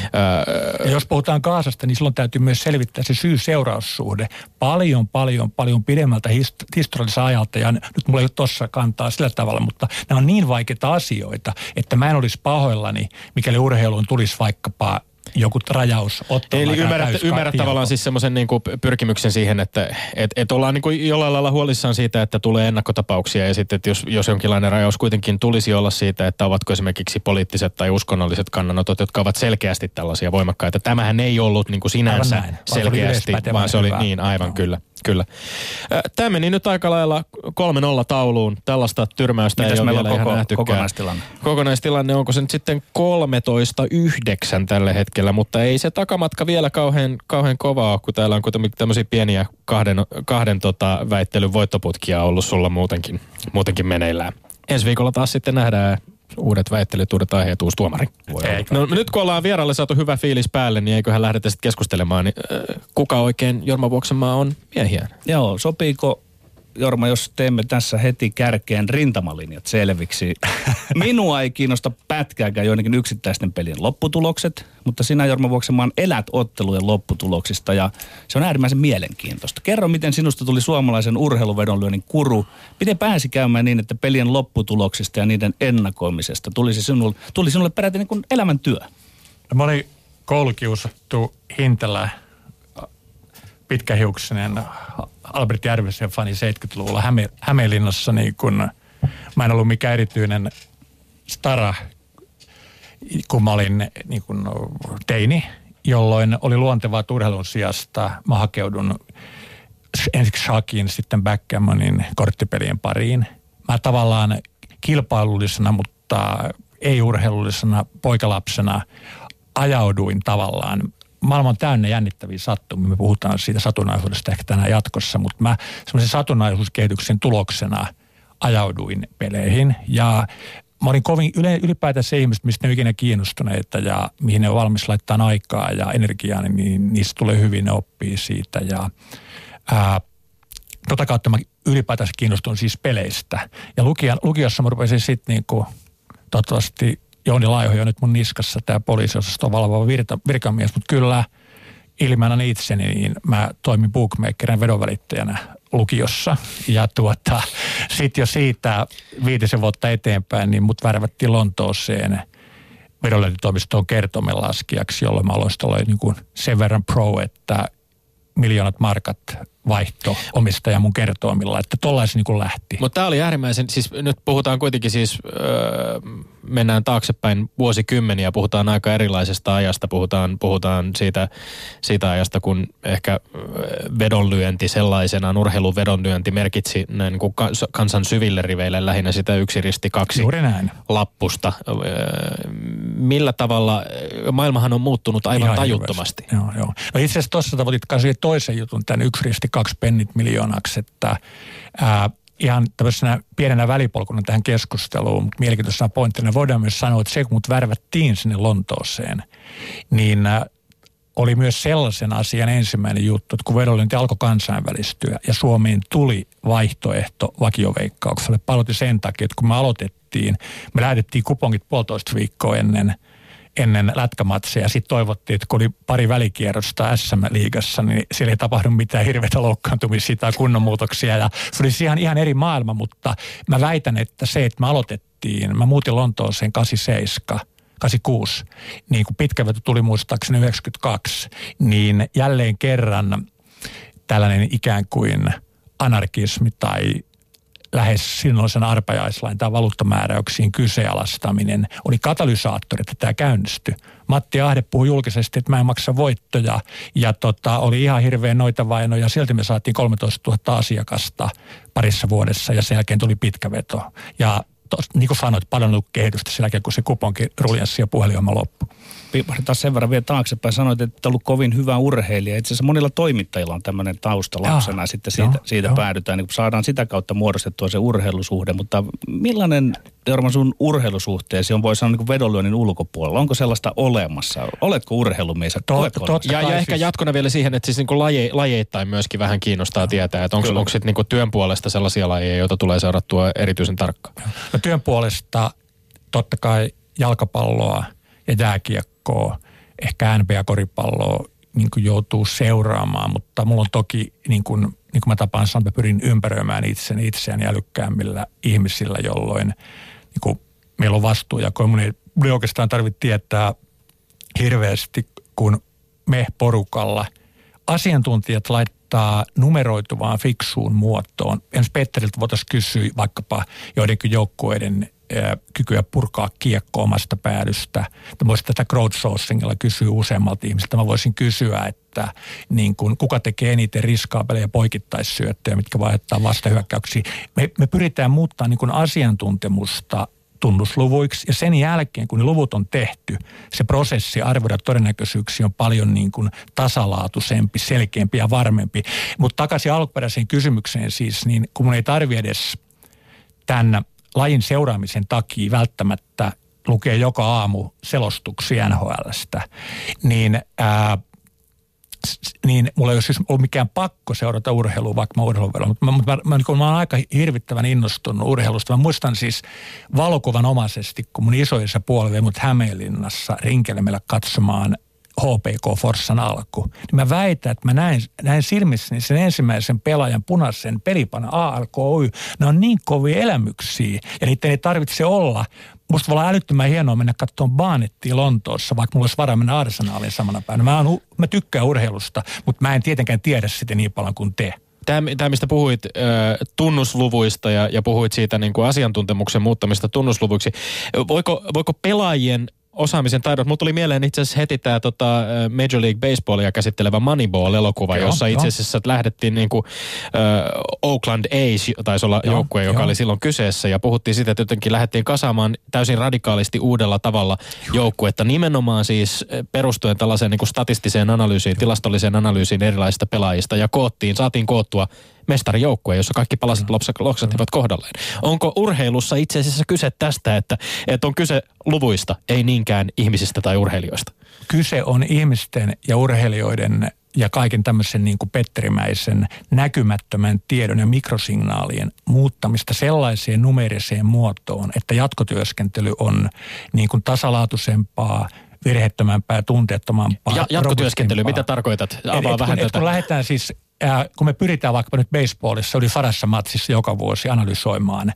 Ja jos puhutaan Gazasta, niin silloin täytyy myös selvittää se syy-seuraussuhde paljon, paljon, paljon pidemmältä historialliselta ajalta, ja nyt mulla ei ole tuossa kantaa sillä tavalla, mutta nämä on niin vaikeita asioita, että mä en olisi pahoillani, mikäli urheiluun tulisi vaikkapa joku rajaus ottaa. Eli ymmärrät, ymmärrät tavallaan siis semmoisen niin kuin pyrkimyksen siihen, että et, et ollaan niin kuin jollain lailla huolissaan siitä, että tulee ennakkotapauksia ja sitten, että jos, jos jonkinlainen rajaus kuitenkin tulisi olla siitä, että ovatko esimerkiksi poliittiset tai uskonnolliset kannanotot, jotka ovat selkeästi tällaisia voimakkaita. Tämähän ei ollut niin kuin sinänsä selkeästi, vaan se oli hyvä. Niin aivan no. kyllä. Kyllä. Tämä meni nyt aika lailla kolme nolla tauluun. Tällaista tyrmäystä mitäs ei ole vielä koko, ihan nähtykään. Kokonaistilanne? Kokonaistilanne, onko se nyt sitten kolmetoista yhdeksän tällä hetkellä, mutta ei se takamatka vielä kauhean, kauhean kovaa ole, kun täällä on kuitenkin tämmöisiä pieniä kahden, kahden tota väittelyn voittoputkia ollut sulla muutenkin, muutenkin meneillään. Ensi viikolla taas sitten nähdään uudet väittelyt, uudet aiheet, uusi tuomari. No, nyt kun ollaan vieraille saatu hyvä fiilis päälle, niin eiköhän lähdetä sitten keskustelemaan. Niin, äh, kuka oikein Jorma Vuoksenmaa on miehiään? Joo, sopiiko Jorma, jos teemme tässä heti kärkeen rintamalinjat selviksi? Minua ei kiinnosta pätkääkään joidenkin yksittäisten pelien lopputulokset, mutta sinä Jorma Vuoksenmaan elät ottelujen lopputuloksista ja se on äärimmäisen mielenkiintoista. Kerro, miten sinusta tuli suomalaisen urheiluvedonlyönnin kuru. Miten pääsi käymään niin, että pelien lopputuloksista ja niiden ennakoimisesta tulisi sinulle, tuli sinulle peräti niin kuin elämäntyö? Mä olin koulukiusattu Hintelä, pitkähiuksinen Albert Järvisen fani seitsemänkymmentäluvulla Häme, Hämeenlinnassa, niin kun mä en ollut mikään erityinen stara, kun mä olin niin kun teini, jolloin oli luontevaa, että urheilun sijasta mä hakeudun ensiksi shakin, sitten backgammonin korttipelien pariin. Mä tavallaan kilpailullisena, mutta ei-urheilullisena poikalapsena ajauduin tavallaan. Maailma on täynnä jännittäviä sattumia. Me puhutaan siitä satunnaisuudesta ehkä tänään jatkossa, mutta mä semmoisen satunnaisuuskehityksen tuloksena ajauduin peleihin. Ja mä olin kovin ylipäätään se ihmiset, mistä ne on ikinä kiinnostuneita ja mihin ne on valmis laittaa aikaa ja energiaa, niin niistä tulee hyvin, ne oppii siitä. Ja ää, tota kautta mä ylipäätään kiinnostun siis peleistä. Ja lukijan, lukiossa mä rupesin sitten niin kuin toivottavasti Jouni Laiho on nyt mun niskassa, tämä poliisiosaston valvova virta, virkamies, mutta kyllä ilmänä itseni, niin mä toimin bookmakerin vedonvälittäjänä lukiossa. Ja tuota, sitten jo siitä viitisen vuotta eteenpäin, niin mut värvättiin Lontooseen vedonlyöntitoimistoon kertomenlaskijaksi, jolloin mä aloin olla niin kuin sen verran pro, että miljoonat markat vaihto omistaja mun kertoimilla, että tollaisi niin kuin lähti. Mutta tämä oli äärimmäisen, siis nyt puhutaan kuitenkin siis, öö, mennään taaksepäin vuosikymmeniä, puhutaan aika erilaisesta ajasta, puhutaan, puhutaan siitä, siitä ajasta, kun ehkä vedonlyönti sellaisenaan, urheilun vedonlyönti merkitsi näin niin kuin kansan syville riveille lähinnä sitä yksi risti kaksi lappusta. Öö, millä tavalla, maailmahan on muuttunut aivan ihan tajuttomasti. Joo, joo. No itse asiassa tuossa tavoitit toisen jutun, tämän yksi risti kaksi pennit miljoonaksi, että ää, ihan tämmöisenä pienenä välipolkuna tähän keskusteluun, mutta mielenkiintoisena pointtina voidaan myös sanoa, että se kun mut värvättiin sinne Lontooseen, niin ää, oli myös sellaisen asian ensimmäinen juttu, että kun vedonlyönti alkoi kansainvälistyä ja Suomeen tuli vaihtoehto vakioveikkaukselle, paljolti sen takia, että kun me aloitettiin, me lähdettiin kupongit puolitoista viikkoa ennen ennen lätkämatseja ja sitten toivottiin, että kun oli pari välikierrosta S M-liigassa, niin siellä ei tapahdu mitään hirveätä loukkaantumisia tai kunnonmuutoksia. Ja se oli ihan, ihan eri maailma, mutta mä väitän, että se, että me aloitettiin, mä muutin Lontooseen kahdeksankymmentäseitsemän, kahdeksankymmentäkuusi, niin kun pitkä veto tuli muistaakseni yhdeksänkymmentäkaksi, niin jälleen kerran tällainen ikään kuin anarkismi tai lähes silloisen arpajaislain tai valuuttamääräyksiin kyseenalaistaminen oli katalysaattori, että tämä käynnistyi. Matti Ahde puhui julkisesti, että mä en maksa voittoja ja tota, oli ihan hirveän noita vainoja. Silti me saatiin kolmetoistatuhatta asiakasta parissa vuodessa ja sen jälkeen tuli pitkä veto. Ja tos, niin kuin sanoit, paljon ollut kehitystä sen jälkeen, kun se kuponki ruljanssi ja puhelinjomma loppui. Taas sen verran vielä taaksepäin sanoit, että et ollut kovin hyvä urheilija. Itse asiassa monilla toimittajilla on tämmöinen tausta lapsena ja sitten siitä, joo, siitä joo. päädytään. Niin saadaan sitä kautta muodostettua se urheilusuhde, mutta millainen, Jorma, sun urheilusuhteesi on, voi sanoa niin kuin vedonlyönnin ulkopuolella? Onko sellaista olemassa? Oletko urheilumies? To, to, to, ja, ja ehkä siis jatkona vielä siihen, että siis niin kuin laje, lajeittain myöskin vähän kiinnostaa no, tietää, että onko, onko sitten niin kuin työn puolesta sellaisia lajeja, joita tulee seurattua erityisen tarkkaan? No, työn puolesta totta kai jalkapalloa ja jääkiekkoa, ehkä N B A-koripalloa niin kuin joutuu seuraamaan, mutta mulla on toki, niin kuin, niin kuin mä tapaan sanoa, mä pyrin ympäröimään itseni itseäni älykkäämmillä ihmisillä, jolloin niin kuin meillä on vastuujako. Mun ei, mun ei oikeastaan tarvitse tietää hirveästi, kun me porukalla asiantuntijat laittaa numeroituvaan fiksuun muotoon. Ensin Petteriltä voitaisiin kysyä vaikkapa joidenkin joukkueiden kykyä purkaa kiekko omasta päädystä. Mä voisin tätä crowdsourcingilla kysyä useammalta ihmiseltä. Mä voisin kysyä, että niin kun, kuka tekee eniten riskaapelejä poikittaissyöttöjä, mitkä vaihtaa vastahyökkäyksiä. Me, me pyritään muuttaa niin kun asiantuntemusta tunnusluvuiksi ja sen jälkeen, kun ne luvut on tehty, se prosessi arvioida todennäköisyyksiä on paljon niin kuin tasalaatuisempi, selkeämpi ja varmempi. Mutta takaisin alkuperäiseen kysymykseen siis, niin kun mun ei tarvitse edes tämän lajin seuraamisen takia välttämättä lukee joka aamu selostuksia N H L:stä, niin, ää, niin mulla ei ole siis ollut mikään pakko seurata urheilua, vaikka mä urheiluvedon, mutta mä, mä, mä, mä, mä oon aika hirvittävän innostunut urheilusta. Mä muistan siis valokuvanomaisesti, kun mun isoisä puoli vei mut Hämeenlinnassa Rinkelemellä katsomaan H P K Forssan alku, niin mä väitän, että mä näin, näin silmissäni sen ensimmäisen pelaajan punaisen pelipana A L K Oy. Ne on niin kovia elämyksiä ja niitä ei tarvitse olla. Musta voi olla älyttömän hienoa mennä katsomaan Barnettia Lontoossa, vaikka mulla olisi varaa mennä Arsenaaliin samana päivänä. Mä, on, mä tykkään urheilusta, mutta mä en tietenkään tiedä sitä niin paljon kuin te. Tämä, tämä mistä puhuit äh, tunnusluvuista ja, ja puhuit siitä niin kuin asiantuntemuksen muuttamista tunnusluvuiksi. Voiko, voiko pelaajien osaamisen taidot. Mut tuli mieleen itse asiassa heti tämä tota Major League Baseballia käsittelevä Moneyball-elokuva, joo, jossa itse asiassa lähdettiin niinku äh, Oakland A's, taisi olla joo, joukkue, joka joo. oli silloin kyseessä, ja puhuttiin siitä, että jotenkin lähdettiin kasaamaan täysin radikaalisti uudella tavalla joukkuetta, nimenomaan siis perustuen tällaiseen niinku statistiseen analyysiin, tilastolliseen analyysiin erilaisista pelaajista, ja koottiin, saatiin koottua mestarijoukkue, jossa kaikki palaset loksattivat kohdalleen. Onko urheilussa itse asiassa kyse tästä, että, että on kyse luvuista, ei niinkään ihmisistä tai urheilijoista? Kyse on ihmisten ja urheilijoiden ja kaiken tämmöisen niin kuin petterimäisen näkymättömän tiedon ja mikrosignaalien muuttamista sellaiseen numeriseen muotoon, että jatkotyöskentely on niin kuin tasalaatuisempaa, virheettömämpää, tunteettomampaa. Ja, jatkotyöskentely, mitä tarkoitat? Avaa et, vähän et, tätä. Et kun lähdetään siis, äh, kun me pyritään vaikka nyt baseballissa, oli Farassa matsissa joka vuosi analysoimaan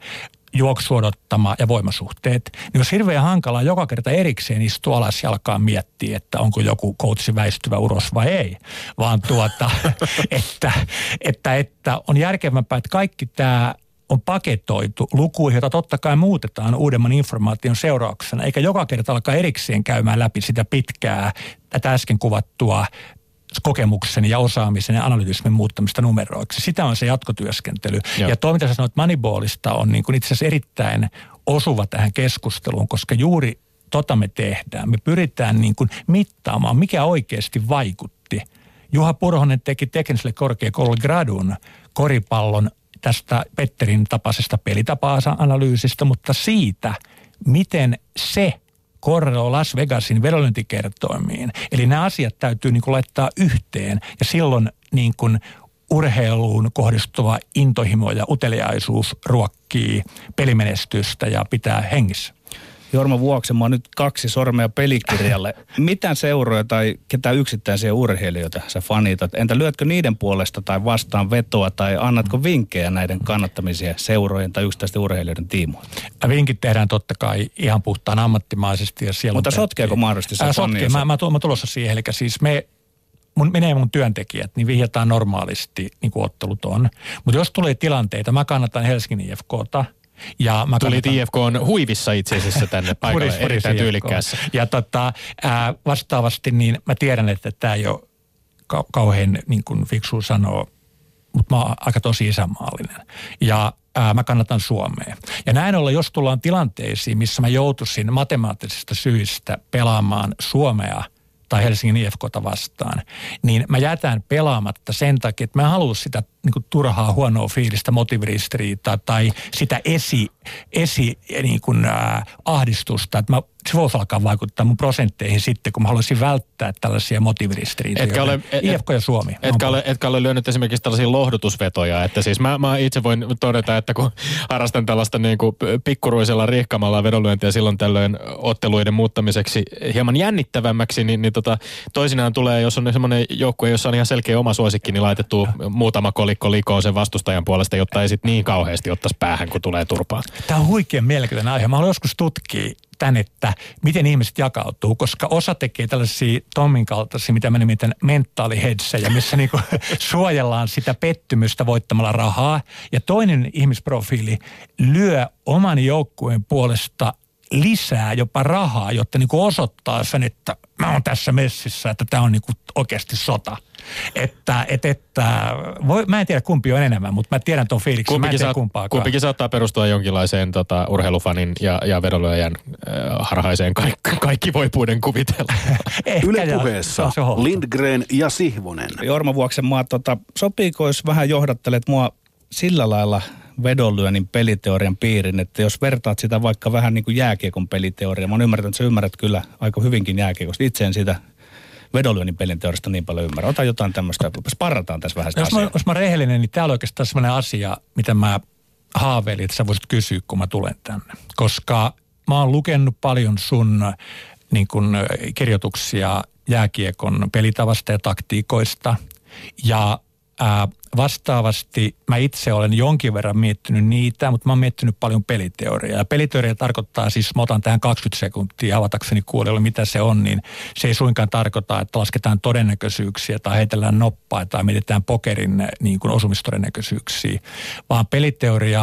juoksuodottama ja voimasuhteet, niin olisi hirveän hankalaa joka kerta erikseen istua alas jalkaan miettiä, että onko joku coachi väistyvä uros vai ei. Vaan tuota, että, että, että on järkevämpää, että kaikki tämä on paketoitu lukuihin, jota totta kai muutetaan uudemman informaation seurauksena, eikä joka kerta alkaa erikseen käymään läpi sitä pitkää, tätä äsken kuvattua kokemuksen ja osaamisen ja analytismin muuttamista numeroiksi. Sitä on se jatkotyöskentely. Joo. Ja tuo, mitä sä sanoit Moneyballista, on niin kuin itse asiassa erittäin osuva tähän keskusteluun, koska juuri tota me tehdään. Me pyritään niin kuin mittaamaan, mikä oikeasti vaikutti. Juha Purhonen teki tekniselle korkeakoululle gradun koripallon tästä Petterin tapaisesta pelitapa-analyysistä, mutta siitä, miten se korreloi Las Vegasin vedonlyöntikertoimiin. Eli nämä asiat täytyy niin kuin laittaa yhteen ja silloin niin kuin urheiluun kohdistuva intohimo ja uteliaisuus ruokkii pelimenestystä ja pitää hengissä. Jorma Vuoksenmaa, nyt kaksi sormea pelikirjalle. Mitä seuroja tai ketä yksittäisiä urheilijoita sä fanitat? Entä lyötkö niiden puolesta tai vastaan vetoa tai annatko vinkkejä näiden kannattamisia seurojen tai yksittäisten urheilijoiden tiimoilta? Vinkit tehdään totta kai ihan puhtaan ammattimaisesti. Ja siellä Mutta sotkeeko mahdollisesti se sotkee, mä, mä, mä tulossa siihen. Eli siis me, mun, menee mun työntekijät, niin vihjataan normaalisti niin kuin ottelut on. Mutta jos tulee tilanteita, mä kannatan Helsingin I F K:ta. Ja mä Tulit I F K on huivissa itse asiassa tänne paikalle, erittäin tyylikkäässä. Ja tota, ää, vastaavasti niin mä tiedän, että tämä ei ole ka- kauhean niin kuin fiksu sanoa, mutta mä oon aika tosi isänmaallinen. Ja ää, mä kannatan Suomea. Ja näin ollen, jos tullaan tilanteisiin, missä mä joutuisin matemaattisista syistä pelaamaan Suomea tai Helsingin I F K:ta vastaan, niin mä jätän pelaamatta sen takia, että mä en halua sitä niin kuin turhaa huonoa fiilistä, motiviristiriitaa tai sitä esi, esi niin kuin, äh, ahdistusta, että mä, se voisi alkaa vaikuttaa mun prosentteihin sitten, kun mä haluaisin välttää tällaisia motiviristiriitoja. Etkä ole, et, I F K ja Suomi. Etkä ole, etkä ole lyönyt esimerkiksi tällaisia lohdutusvetoja, että siis mä, mä itse voin todeta, että kun harrastan tällaista niin kuin pikkuruisella riihkamalla vedonlyöntiä silloin tällöin otteluiden muuttamiseksi hieman jännittävämmäksi, niin, niin tota, toisinaan tulee, jos on semmoinen joukkue, jossa on ihan selkeä oma suosikki, niin laitettu muutama kolikko likoon sen vastustajan puolesta, jotta ei sitten niin kauheasti ottaisi päähän, kun tulee turpaan. Tämä on huikean mielenkiintoinen aihe. Mä haluan joskus tutkia tän, että miten ihmiset jakautuu, koska osa tekee tällaisia Tommin kaltaisia, mitä mä nimitän mentaalihedssejä, missä niinku suojellaan sitä pettymystä voittamalla rahaa. Ja toinen ihmisprofiili lyö oman joukkueen puolesta lisää jopa rahaa, jotta niinku osoittaa sen, että mä oon tässä messissä, että tämä on niinku oikeasti sota. Että, et, että voi, mä en tiedä kumpi on enemmän, mutta mä tiedän tuon fiiliksen, kumpikin mä en tiedä kumpaakaan. Kumpikin saattaa perustua jonkinlaiseen tota, urheilufanin ja, ja vedonlyöjän äh, harhaiseen kaikki, kaikki voipuuden kuvitella. Yle Puheessa Lindgren ja Sihvonen. Jorma Vuoksenmaa, tota, sopiiko jos vähän johdattelet mua sillä lailla vedonlyönnin peliteorian piirin, että jos vertaat sitä vaikka vähän niin kuin jääkiekon peliteoriaa, mä oon ymmärtänyt, että sä ymmärrät kyllä aika hyvinkin jääkiekosta. Itse en sitä vedonlyönnin peliteoriasta niin paljon ymmärrä. Ota jotain tämmöistä, sparrataan tässä vähän sitä jos, mä, jos mä rehellinen, niin täällä on oikeastaan sellainen asia, mitä mä haaveilin, että sä voisit kysyä, kun mä tulen tänne. Koska mä oon lukenut paljon sun niin kun, kirjoituksia jääkiekon pelitavasta ja taktiikoista. Ja ää, vastaavasti mä itse olen jonkin verran miettinyt niitä, mutta mä oon miettinyt paljon peliteoriaa. Ja peliteoria tarkoittaa siis, mä otan tähän kaksikymmentä sekuntia avatakseni kuulijoille, mitä se on, niin se ei suinkaan tarkoita, että lasketaan todennäköisyyksiä tai heitellään noppaa tai mietitään pokerin niin kuin osumistodennäköisyyksiä, vaan peliteoria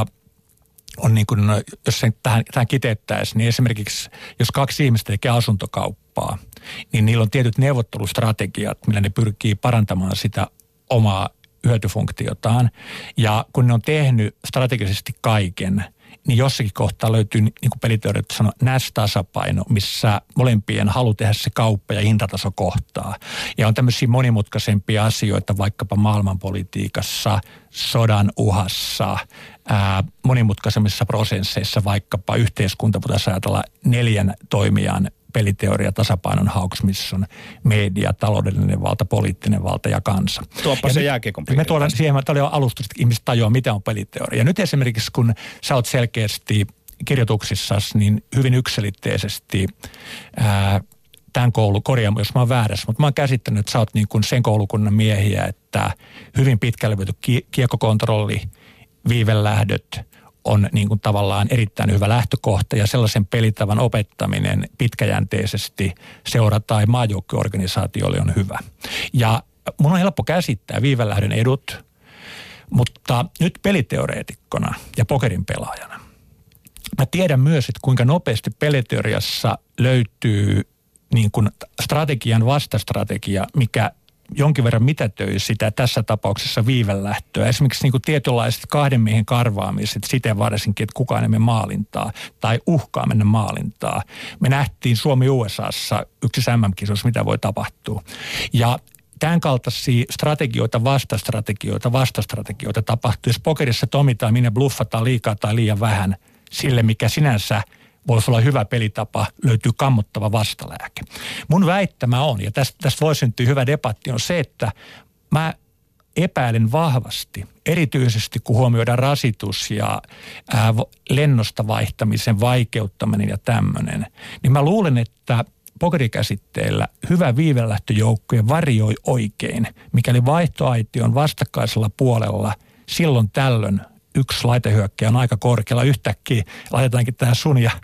on niin kuin, jos sen tähän, tähän kiteyttäisiin, niin esimerkiksi jos kaksi ihmistä tekee asuntokauppaa, niin niillä on tietyt neuvottelustrategiat, millä ne pyrkii parantamaan sitä omaa hyötyfunktiotaan. Ja kun ne on tehnyt strategisesti kaiken, niin jossakin kohtaa löytyy, niin kuin peliteoriat sanoo, N A S-tasapaino, missä molempien halu tehdä se kauppa ja hintataso kohtaa. Ja on tämmöisiä monimutkaisempia asioita vaikkapa maailmanpolitiikassa, sodan uhassa, ää, monimutkaisemmissa prosesseissa, vaikkapa yhteiskunta, voitaisiin ajatella neljän toimijan peliteoria tasapainon hauks, missä on media, taloudellinen valta, poliittinen valta ja kansa. Tuoppa se jääkiekon piirre. Me tuodaan siihen, tämä oli jo alustus, että ihmiset tajuaa, mitä on peliteoria. Ja nyt esimerkiksi, kun sä oot selkeästi kirjoituksissasi, niin hyvin yksilitteisesti ää, tämän koulun, korjaamaan, jos mä oon väärässä, mutta mä oon käsittänyt, että sä oot niin kuin sen koulukunnan miehiä, että hyvin pitkälle viety kiekkokontrolli, viivelähdöt, on niin kuin tavallaan erittäin hyvä lähtökohta ja sellaisen pelitavan opettaminen pitkäjänteisesti seura- tai maajoukkueorganisaatiolle on hyvä. Ja mun on helppo käsittää viivälähdön edut, mutta nyt peliteoreetikkona ja pokerin pelaajana mä tiedän myös, että kuinka nopeasti peliteoriassa löytyy niin kuin strategian vastastrategia, mikä jonkin verran mitätöi sitä tässä tapauksessa viivälähtöä. Esimerkiksi niin kuin tietynlaiset kahden miehen karvaamiset, siten varsinkin, että kukaan ei mene maalintaa tai uhkaa mennä maalintaa. Me nähtiin Suomi-U S A:ssa yksissä M M-kisoissa, mitä voi tapahtua. Ja tämän kaltaisia strategioita, vastastrategioita, vastastrategioita tapahtuu. Jos pokerissa tomitaan, minne bluffataan liikaa tai liian vähän, sille mikä sinänsä voisi olla hyvä pelitapa, löytyy kammottava vastalääke. Mun väittämä on, ja tästä, tästä voi syntyä hyvä debatti, on se, että mä epäilen vahvasti, erityisesti kun huomioidaan rasitus ja ää, lennosta vaihtamisen vaikeuttaminen ja tämmöinen, niin mä luulen, että pokerikäsitteellä hyvä viivelähtöjoukkue varioi oikein, mikäli vaihtoaitio on vastakkaisella puolella silloin tällöin yksi laitehyökkäjä on aika korkealla. Yhtäkkiä laitetaankin tämä sun ja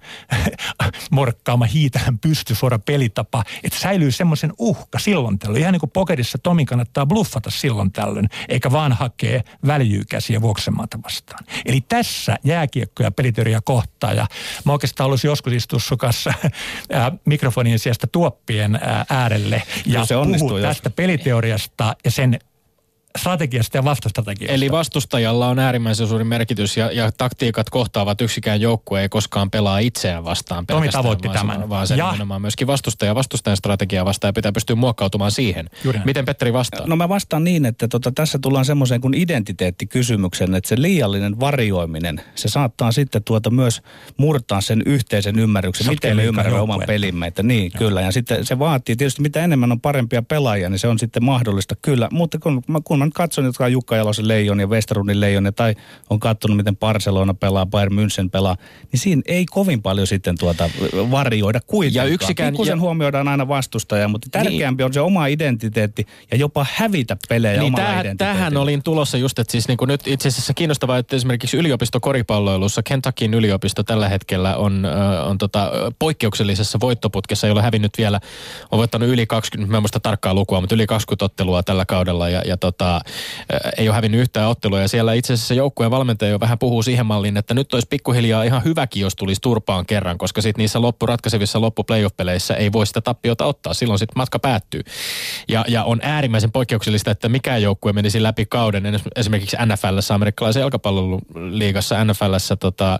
morkkaama hiitään pystysuora pelitapa, että säilyy semmoisen uhka silloin tällöin. Ihan niin kuin pokerissa Tomin kannattaa bluffata silloin tällöin, eikä vaan hakea väljyykäsiä vuoksemaata vastaan. Eli tässä jääkiekko ja peliteoria kohtaa. Ja mä oikeastaan haluaisin joskus istua sun kanssa mikrofonien sijasta tuoppien ää, äärelle ja puhua tästä peliteoriasta ja sen strategiasta ja vastastrategiasta. Eli vastustajalla on äärimmäisen suuri merkitys ja, ja taktiikat kohtaavat. Yksikään joukkue ei koskaan pelaa itseään vastaan Tomi tavoitti vaan tämän. Se, vaan se nimenomaan myöskin vastustaja vastustajan strategiaa vastaan ja pitää pystyä muokkautumaan siihen. Juuri. Miten Petteri vastaa? No mä vastaan niin, että tota, tässä tullaan semmoiseen kuin identiteettikysymyksen, että se liiallinen varioiminen, se saattaa sitten tuota myös murtaa sen yhteisen ymmärryksen, miten me ymmärrämme oman pelimme. Että niin, ja. Kyllä. Ja sitten se vaatii tietysti, mitä enemmän on parempia pelaajia, niin se on sitten mahdollista. Kyllä, mutta kun, kun mä nyt katson, jotka on Jukka Jalosen Leijon ja Westerlundin Leijon, tai on katsonut, miten Barcelona pelaa, Bayern München pelaa, niin siinä ei kovin paljon sitten tuota varioida kuitenkaan. Ja yksikään... Pikkusen ja... huomioidaan aina vastustaja, mutta tärkeämpi niin. on se oma identiteetti ja jopa hävitä pelejä niin omalla täh, identiteetillä. Tähän olin tulossa just, että siis niin kuin nyt itse asiassa kiinnostavaa, että esimerkiksi yliopistokoripalloilussa Kentuckyn yliopisto tällä hetkellä on, äh, on tota, poikkeuksellisessa voittoputkessa, ei ole hävinnyt vielä, on voittanut yli kaksikymmentä, mä en muista tarkkaa lukua, mutta yli kaksikymmentä ottelua tällä kaudella ja, ja tota, ei ole hävinnyt yhtään ottelua ja siellä itse asiassa joukkueen valmentaja jo vähän puhuu siihen malliin, että nyt olisi pikkuhiljaa ihan hyväkin, jos tulisi turpaan kerran, koska sitten niissä loppuratkaisevissa loppu-playoff-peleissä ei voi sitä tappiota ottaa, silloin sitten matka päättyy. Ja, ja on äärimmäisen poikkeuksellista, että mikään joukkue menisi läpi kauden, esimerkiksi N F L:ssä, amerikkalaisen jalkapalloliigassa, N F L:ssä tota,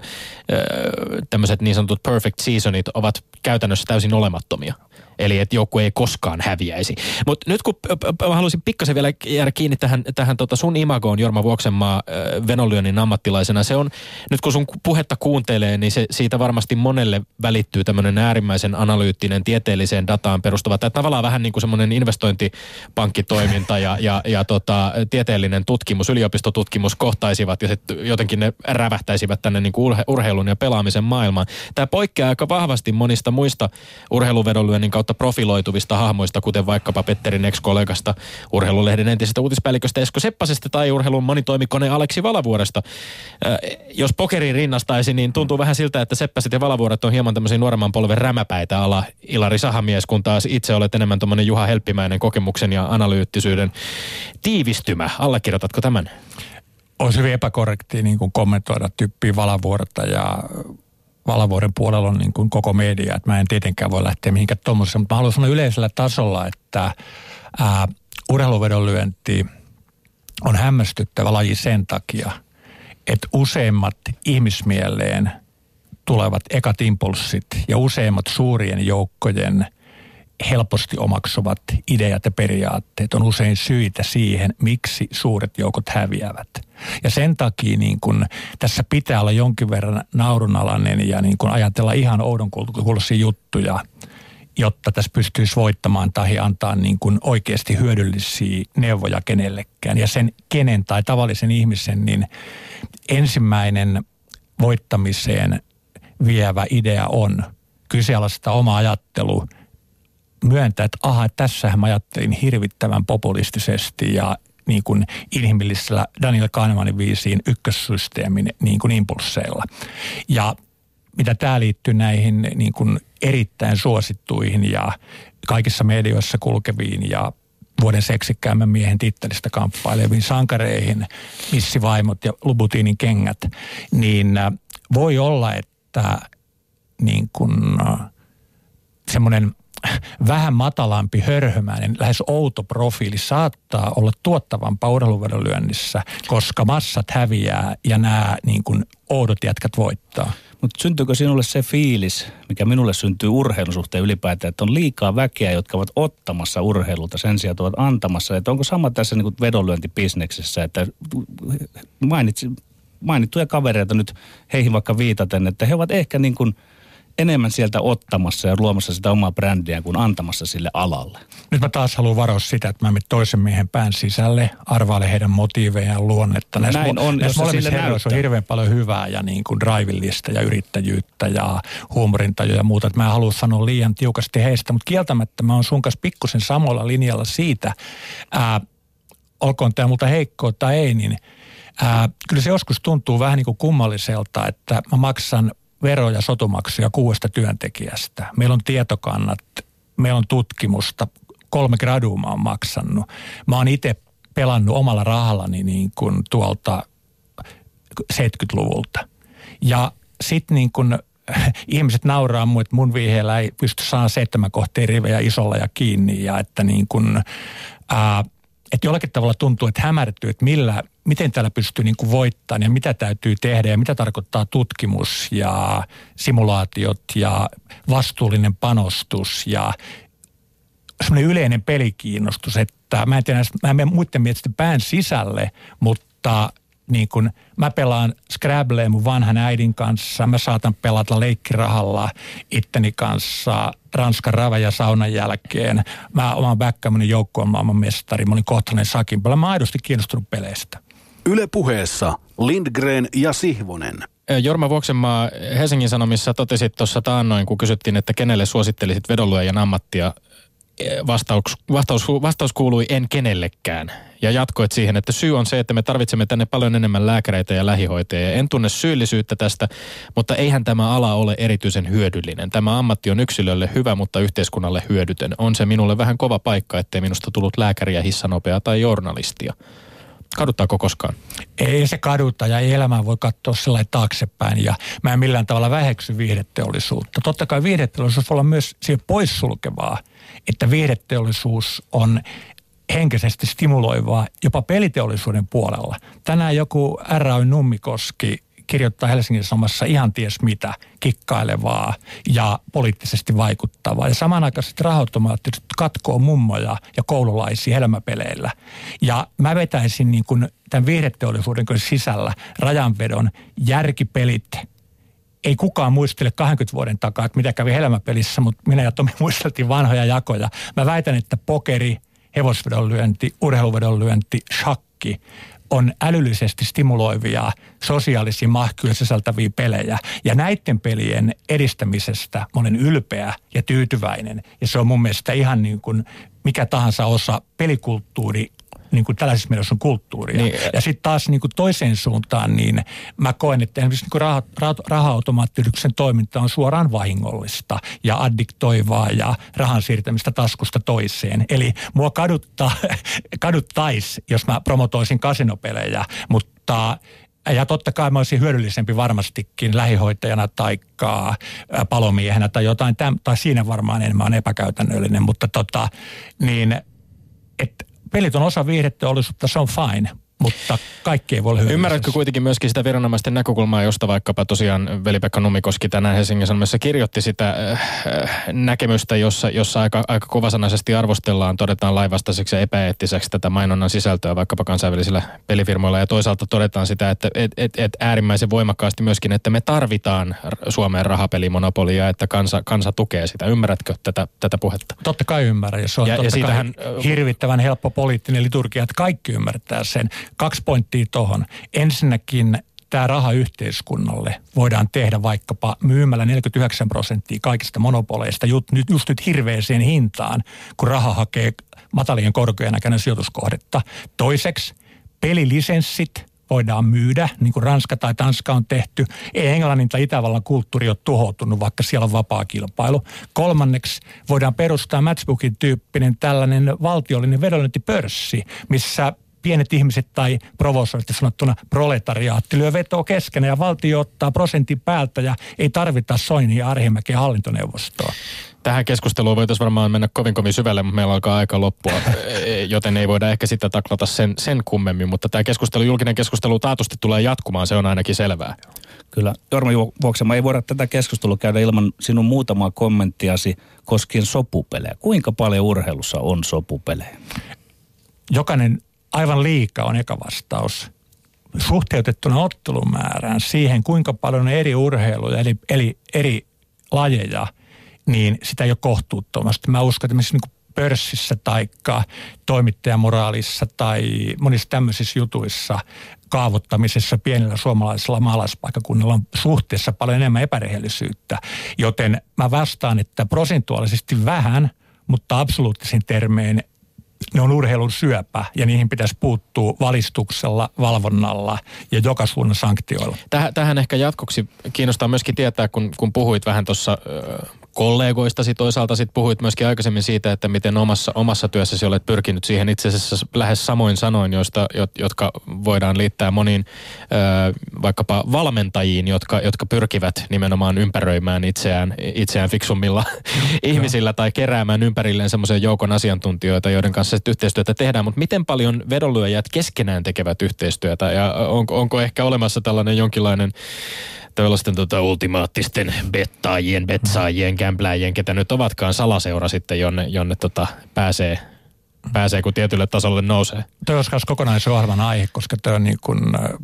tämmöiset niin sanotut perfect seasonit ovat käytännössä täysin olemattomia. Eli että joukkue ei koskaan häviäisi. Mutta nyt kun mä haluaisin pikkasen vielä jäädä kiinni tähän, tähän tota sun imagoon, Jorma Vuoksenmaa vedonlyönnin ammattilaisena. Se on, nyt kun sun puhetta kuuntelee, niin se, siitä varmasti monelle välittyy tämmöinen äärimmäisen analyyttinen, tieteelliseen dataan perustuva, tai tavallaan vähän niin kuin semmoinen investointipankkitoiminta ja, ja, ja tota, tieteellinen tutkimus, yliopistotutkimus kohtaisivat ja sitten jotenkin ne rävähtäisivät tänne niin kuin urheilun ja pelaamisen maailmaan. Tämä poikkeaa aika vahvasti monista muista urheiluvedonlyönnin kautta profiloituvista hahmoista, kuten vaikkapa Petterin ex-kollegasta, urheilulehden entisestä uutispäälliköstä Esko Seppasesta tai urheilun monitoimikoneen Aleksi Valavuoresta. Äh, jos pokeriin rinnastaisi, niin tuntuu vähän siltä, että Seppäset ja Valavuoret on hieman tämmöisiä nuoremman polven rämäpäitä ala Ilari Sahamies, kun taas itse olet enemmän tommoinen Juha Helppimäinen kokemuksen ja analyyttisyyden tiivistymä. Allekirjoitatko tämän? Olisi hyvin epäkorrektia niin kuin kommentoida tyyppiä Valavuorta ja Valavuoren puolella on niin kuin koko media, että mä en tietenkään voi lähteä mihinkään tuommoiseen, mutta mä haluan sanoa yleisellä tasolla, että ää, urheiluvedonlyönti on hämmästyttävä laji sen takia, että useimmat ihmismieleen tulevat ekat impulssit ja useimmat suurien joukkojen helposti omaksuvat ideat ja periaatteet on usein syitä siihen, miksi suuret joukot häviävät. Ja sen takia niin kun, tässä pitää olla jonkin verran naurunalainen ja niin kun ajatella ihan oudon kuuloisia juttuja, jotta tässä pystyisi voittamaan tai antaa niin kun oikeasti hyödyllisiä neuvoja kenellekään. Ja sen kenen tai tavallisen ihmisen niin ensimmäinen voittamiseen vievä idea on kyseenalaista oma ajattelu, myöntää, että aha, tässähän mä ajattelin hirvittävän populistisesti ja niin kuin inhimillisellä Daniel Kahnemanin viisiin ykkössysteemin niin kuin impulseilla. Ja mitä tämä liittyy näihin niin kuin erittäin suosittuihin ja kaikissa medioissa kulkeviin ja vuoden seksikkäämmän miehen tittelistä kamppaileviin sankareihin, missivaimot ja Lubutinin kengät, niin voi olla, että niin kuin semmoinen vähän matalampi, hörhömäinen, lähes outo profiili saattaa olla tuottavampaa urheiluvedonlyönnissä, koska massat häviää ja nämä niin kuin oudot jätkät voittaa. Mutta syntyykö sinulle se fiilis, mikä minulle syntyy urheilun suhteen ylipäätään, että on liikaa väkeä, jotka ovat ottamassa urheilulta sen sijaan, että ovat antamassa. Että onko sama tässä niin kuin vedonlyöntibisneksessä, että mainitsi, mainittuja kavereita nyt heihin vaikka viitaten, että he ovat ehkä niin kuin enemmän sieltä ottamassa ja luomassa sitä omaa brändiä kuin antamassa sille alalle. Nyt mä taas haluan varoa sitä, että mä menen toisen miehen pään sisälle, arvaile heidän motiivejaan ja luonnetta. Näissä Näin on, näissä molemmissa herroissa on hirveän paljon hyvää ja niin kuin drivillista ja yrittäjyyttä ja huumorintajua ja muuta. Että mä en halua sanoa liian tiukasti heistä, mutta kieltämättä mä oon sun kanssa pikkusen samalla linjalla siitä, ää, olkoon tämä multa heikkoa tai ei, niin ää, kyllä se joskus tuntuu vähän niin kuin kummalliselta, että mä maksan veroja, sotumaksuja kuudesta työntekijästä. Meillä on tietokannat, meillä on tutkimusta, kolme gradua mä oon maksanut. Mä oon itse pelannut omalla rahallani niin kuin tuolta seitsemänkymmentäluvulta. Ja sitten niin kuin ihmiset nauraa mun, että mun viiheellä ei pysty saamaan seitsemän kohteen rivejä isolla ja kiinni ja että niin kuin, ää, että jollakin tavalla tuntuu, että hämärtyy, että millä, miten täällä pystyy niin kuin voittamaan ja mitä täytyy tehdä ja mitä tarkoittaa tutkimus ja simulaatiot ja vastuullinen panostus ja semmoinen yleinen pelikiinnostus, että mä en tiedä, mä en mene muiden mielestä pään sisälle, mutta niin kuin mä pelaan Scrabblea mun vanhan äidin kanssa, mä saatan pelata leikkirahalla itteni kanssa Ranskan rava- ja saunan jälkeen. Mä oman backgamonin joukkueen maailman mestari, mä olin kohtainen sakin pelaa. Mä oon aidosti kiinnostunut peleistä. Yle Puheessa Lindgren ja Sihvonen. Jorma Vuoksenmaa Helsingin Sanomissa totesit tuossa taannoin, kun kysyttiin, että kenelle suosittelisit vedonlyöjän ammattia. Vastaus, vastaus, vastaus kuului en kenellekään. Ja jatkoit siihen, että syy on se, että me tarvitsemme tänne paljon enemmän lääkäreitä ja lähihoitajia. En tunne syyllisyyttä tästä, mutta eihän tämä ala ole erityisen hyödyllinen. Tämä ammatti on yksilölle hyvä, mutta yhteiskunnalle hyödytön. On se minulle vähän kova paikka, ettei minusta tullut lääkäriä, hissanopea tai journalistia. Kaduttaako koskaan? Ei se kaduta ja elämää voi katsoa sellainen taaksepäin ja mä en millään tavalla väheksy viihdeteollisuutta. Totta kai viihdeteollisuus voi olla myös siihen poissulkevaa, että viihdeteollisuus on henkisesti stimuloivaa jopa peliteollisuuden puolella. Tänään joku R A Y Nummikoski kirjoittaa Helsingin Sanomassa ihan ties mitä, kikkailevaa ja poliittisesti vaikuttavaa. Ja samanaikaisesti raha-automaattiset katkoo mummoja ja koululaisia helmäpeleillä. Ja mä vetäisin niin kuin tämän viihdeteollisuuden sisällä rajanvedon järkipelit. Ei kukaan muistele kaksikymmentä vuoden takaa, että mitä kävi helmäpelissä, mutta minä ja Tomi muisteltiin vanhoja jakoja. Mä väitän, että pokeri, hevosvedonlyönti, urheiluvedonlyönti, shakki on älyllisesti stimuloivia, sosiaalisia mahkuja sisältäviä pelejä. Ja näiden pelien edistämisestä mä olen ylpeä ja tyytyväinen. Ja se on mun mielestä ihan niin kuin mikä tahansa osa pelikulttuuri, niin kuin tällaisessa mielessä on kulttuuria. Niin. Ja sitten taas niin kuin toiseen suuntaan, niin mä koen, että esimerkiksi niin raha, raha-automaattiyrityksen toiminta on suoraan vahingollista ja addiktoivaa ja rahan siirtämistä taskusta toiseen. Eli mua kaduttaa, kaduttaisi, jos mä promotoisin kasinopelejä, mutta ja totta kai mä olisin hyödyllisempi varmastikin lähihoitajana tai palomiehenä tai jotain, täm, tai siinä varmaan enemmän on epäkäytännöllinen, mutta tota, niin, että pelit on osa viihdeteollisuutta, se on fine, mutta kaikki ei voi olla hyödyllisesti. Ymmärrätkö kuitenkin myöskin sitä viranomaisten näkökulmaa, josta vaikkapa tosiaan Veli-Pekka Nummikoski tänään Helsingin Sanomissa kirjoitti sitä äh, näkemystä, jossa, jossa aika, aika kovasanaisesti arvostellaan, todetaan lainvastaiseksi ja epäeettiseksi tätä mainonnan sisältöä vaikkapa kansainvälisillä pelifirmoilla ja toisaalta todetaan sitä, että et, et, et äärimmäisen voimakkaasti myöskin, että me tarvitaan Suomeen rahapelimonopolia, että kansa, kansa tukee sitä. Ymmärrätkö tätä, tätä puhetta? Totta kai ymmärrän ja se on ja, totta ja siitähän, kai hirvittävän helppo poliittinen liturgia, että kaikki ymmärtää sen. Kaksi pointtia tuohon. Ensinnäkin tämä raha yhteiskunnalle voidaan tehdä vaikkapa myymällä neljäkymmentäyhdeksän prosenttia kaikista monopoleista just nyt, just nyt hirveäseen hintaan, kun raha hakee matalien korkojen aikana sijoituskohdetta. Toiseksi pelilisenssit voidaan myydä, niin kuin Ranska tai Tanska on tehty. Ei Englannin tai Itävallan kulttuuri ole tuhoutunut, vaikka siellä on vapaa kilpailu. Kolmanneksi voidaan perustaa Matchbookin tyyppinen tällainen valtiollinen vedonlyöntipörssi, missä pienet ihmiset tai provosoitti sanottuna proletariaatti lyö vetoa keskenään ja valtio ottaa prosentin päältä ja ei tarvita Soinin ja Arhimäkeä hallintoneuvostoa. Tähän keskusteluun voitaisiin varmaan mennä kovin kovin syvälle, mutta meillä alkaa aika loppua, joten ei voida ehkä sitä taklata sen, sen kummemmin, mutta tämä keskustelu, julkinen keskustelu taatusti tulee jatkumaan, se on ainakin selvää. Kyllä. Jorma Vuoksema, ei voida tätä keskustelua käydä ilman sinun muutamaa kommenttiasi koskien sopupelejä. Kuinka paljon urheilussa on sopupelejä? Jokainen aivan liikaa on eka vastaus. Suhteutettuna ottelumäärään siihen, kuinka paljon on eri urheiluja, eli, eli eri lajeja, niin sitä ei ole kohtuuttomasti. Mä uskon, että esimerkiksi niin pörssissä tai toimittajamoraalissa tai monissa tämmöisissä jutuissa, kaavoittamisessa pienellä suomalaisella maalaispaikkakunnalla on suhteessa paljon enemmän epärehellisyyttä. Joten mä vastaan, että prosentuaalisesti vähän, mutta absoluuttisin termein ne on urheilun syöpä ja niihin pitäisi puuttua valistuksella, valvonnalla ja joka suunnan sanktioilla. Tähän, tähän ehkä jatkoksi kiinnostaa myöskin tietää, kun, kun puhuit vähän tuossa kollegoistasi, toisaalta sitten puhuit myöskin aikaisemmin siitä, että miten omassa, omassa työssäsi olet pyrkinyt siihen itse asiassa lähes samoin sanoin, joista, jotka voidaan liittää moniin ö, vaikkapa valmentajiin, jotka, jotka pyrkivät nimenomaan ympäröimään itseään, itseään fiksummilla ihmisillä tai keräämään ympärilleen semmoisen joukon asiantuntijoita, joiden kanssa yhteistyötä tehdään, mutta miten paljon vedonlyöjät keskenään tekevät yhteistyötä ja onko, onko ehkä olemassa tällainen jonkinlainen tällaisten tota, ultimaattisten bettaajien, betsaajien, gambläjien, ketä nyt ovatkaan salaseura sitten, jonne, jonne tota, pääsee, pääsee, kun tietylle tasolle nousee. Tuo olisi myös kokonaisohjelman aihe, koska tuo on niin kuin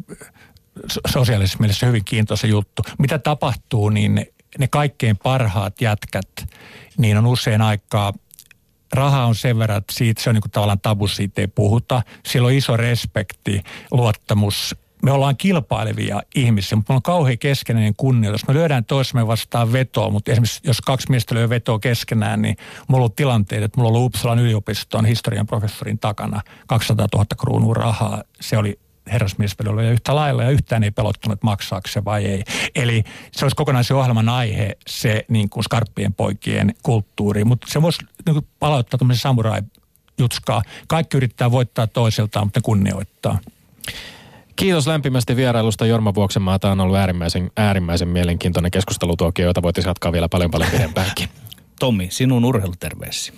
sosiaalisessa mielessä hyvin kiintoisa juttu. Mitä tapahtuu, niin ne kaikkein parhaat jätkät, niin on usein aikaa, raha on sen verran, että siitä, se on niin kuin tavallaan tabu, siitä ei puhuta. Sillä on iso respekti, luottamus. Me ollaan kilpailevia ihmisiä, mutta me on kauhean keskenäinen kunnioitus. Me lyödään toisemme vastaan vetoa, mutta esimerkiksi jos kaksi miestä lyö vetoa keskenään, niin mulla on ollut tilanteet, että mulla on ollut Uppsalan yliopiston historian professorin takana kaksisataatuhatta kruunua rahaa. Se oli herrasmiespeliä yhtä lailla ja yhtään ei pelottunut maksaako se vai ei. Eli se olisi kokonaisen ohjelman aihe, se niin kuin skarppien poikien kulttuuri, mutta se voisi niin kuin palauttaa tämmöisen samurai-jutskaa. Kaikki yrittää voittaa toisiltaan, mutta ne kunnioittaa. Kiitos lämpimästi vierailusta Jorma Vuoksenmaa. Tämä on ollut äärimmäisen, äärimmäisen mielenkiintoinen keskustelutuokio, jota voitaisiin jatkaa vielä paljon paljon pidempäänkin. Tommi, sinun urheiluterveesi.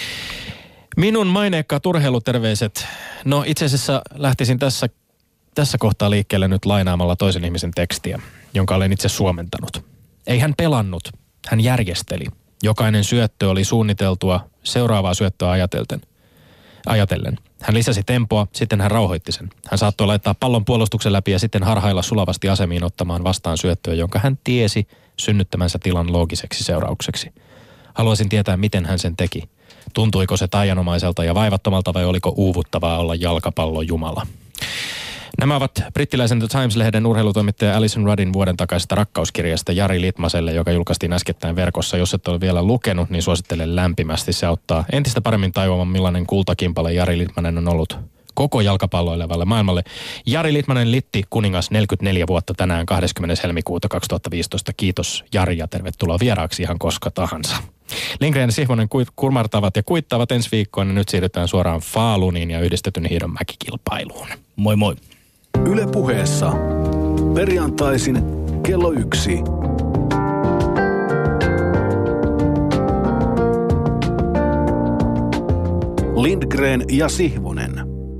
Minun maineikkaat urheiluterveiset. No itse asiassa lähtisin tässä, tässä kohtaa liikkeelle nyt lainaamalla toisen ihmisen tekstiä, jonka olen itse suomentanut. Ei hän pelannut, hän järjesteli. Jokainen syöttö oli suunniteltua seuraavaa syöttöä ajatelten. Ajatellen. Hän lisäsi tempoa, sitten hän rauhoitti sen. Hän saattoi laittaa pallon puolustuksen läpi ja sitten harhailla sulavasti asemiin ottamaan vastaan syöttöä, jonka hän tiesi synnyttämänsä tilan loogiseksi seuraukseksi. Haluaisin tietää, miten hän sen teki. Tuntuiko se taianomaiselta ja vaivattomalta vai oliko uuvuttavaa olla jalkapallon jumala? Nämä ovat brittiläisen The Times-lehden urheilutoimittaja Alison Ruddin vuoden takaisesta rakkauskirjasta Jari Litmaselle, joka julkaistiin äskettäin verkossa. Jos et ole vielä lukenut, niin suosittelen lämpimästi. Se auttaa entistä paremmin tajuamaan, millainen kultakimpale Jari Litmanen on ollut koko jalkapalloilevalle maailmalle. Jari Litmanen litti kuningas neljäkymmentäneljä vuotta tänään kahdeskymmenes helmikuuta kaksituhattaviisitoista. Kiitos Jari ja tervetuloa vieraaksi ihan koska tahansa. Lindgren ja Sihvonen kurmartavat ja kuittavat ensi viikkoon ja nyt siirrytään suoraan Faluniin ja yhdistetyn hiidon mäkikilpailuun. Moi moi. Yle Puheessa. Perjantaisin kello yksi. Lindgren ja Sihvonen.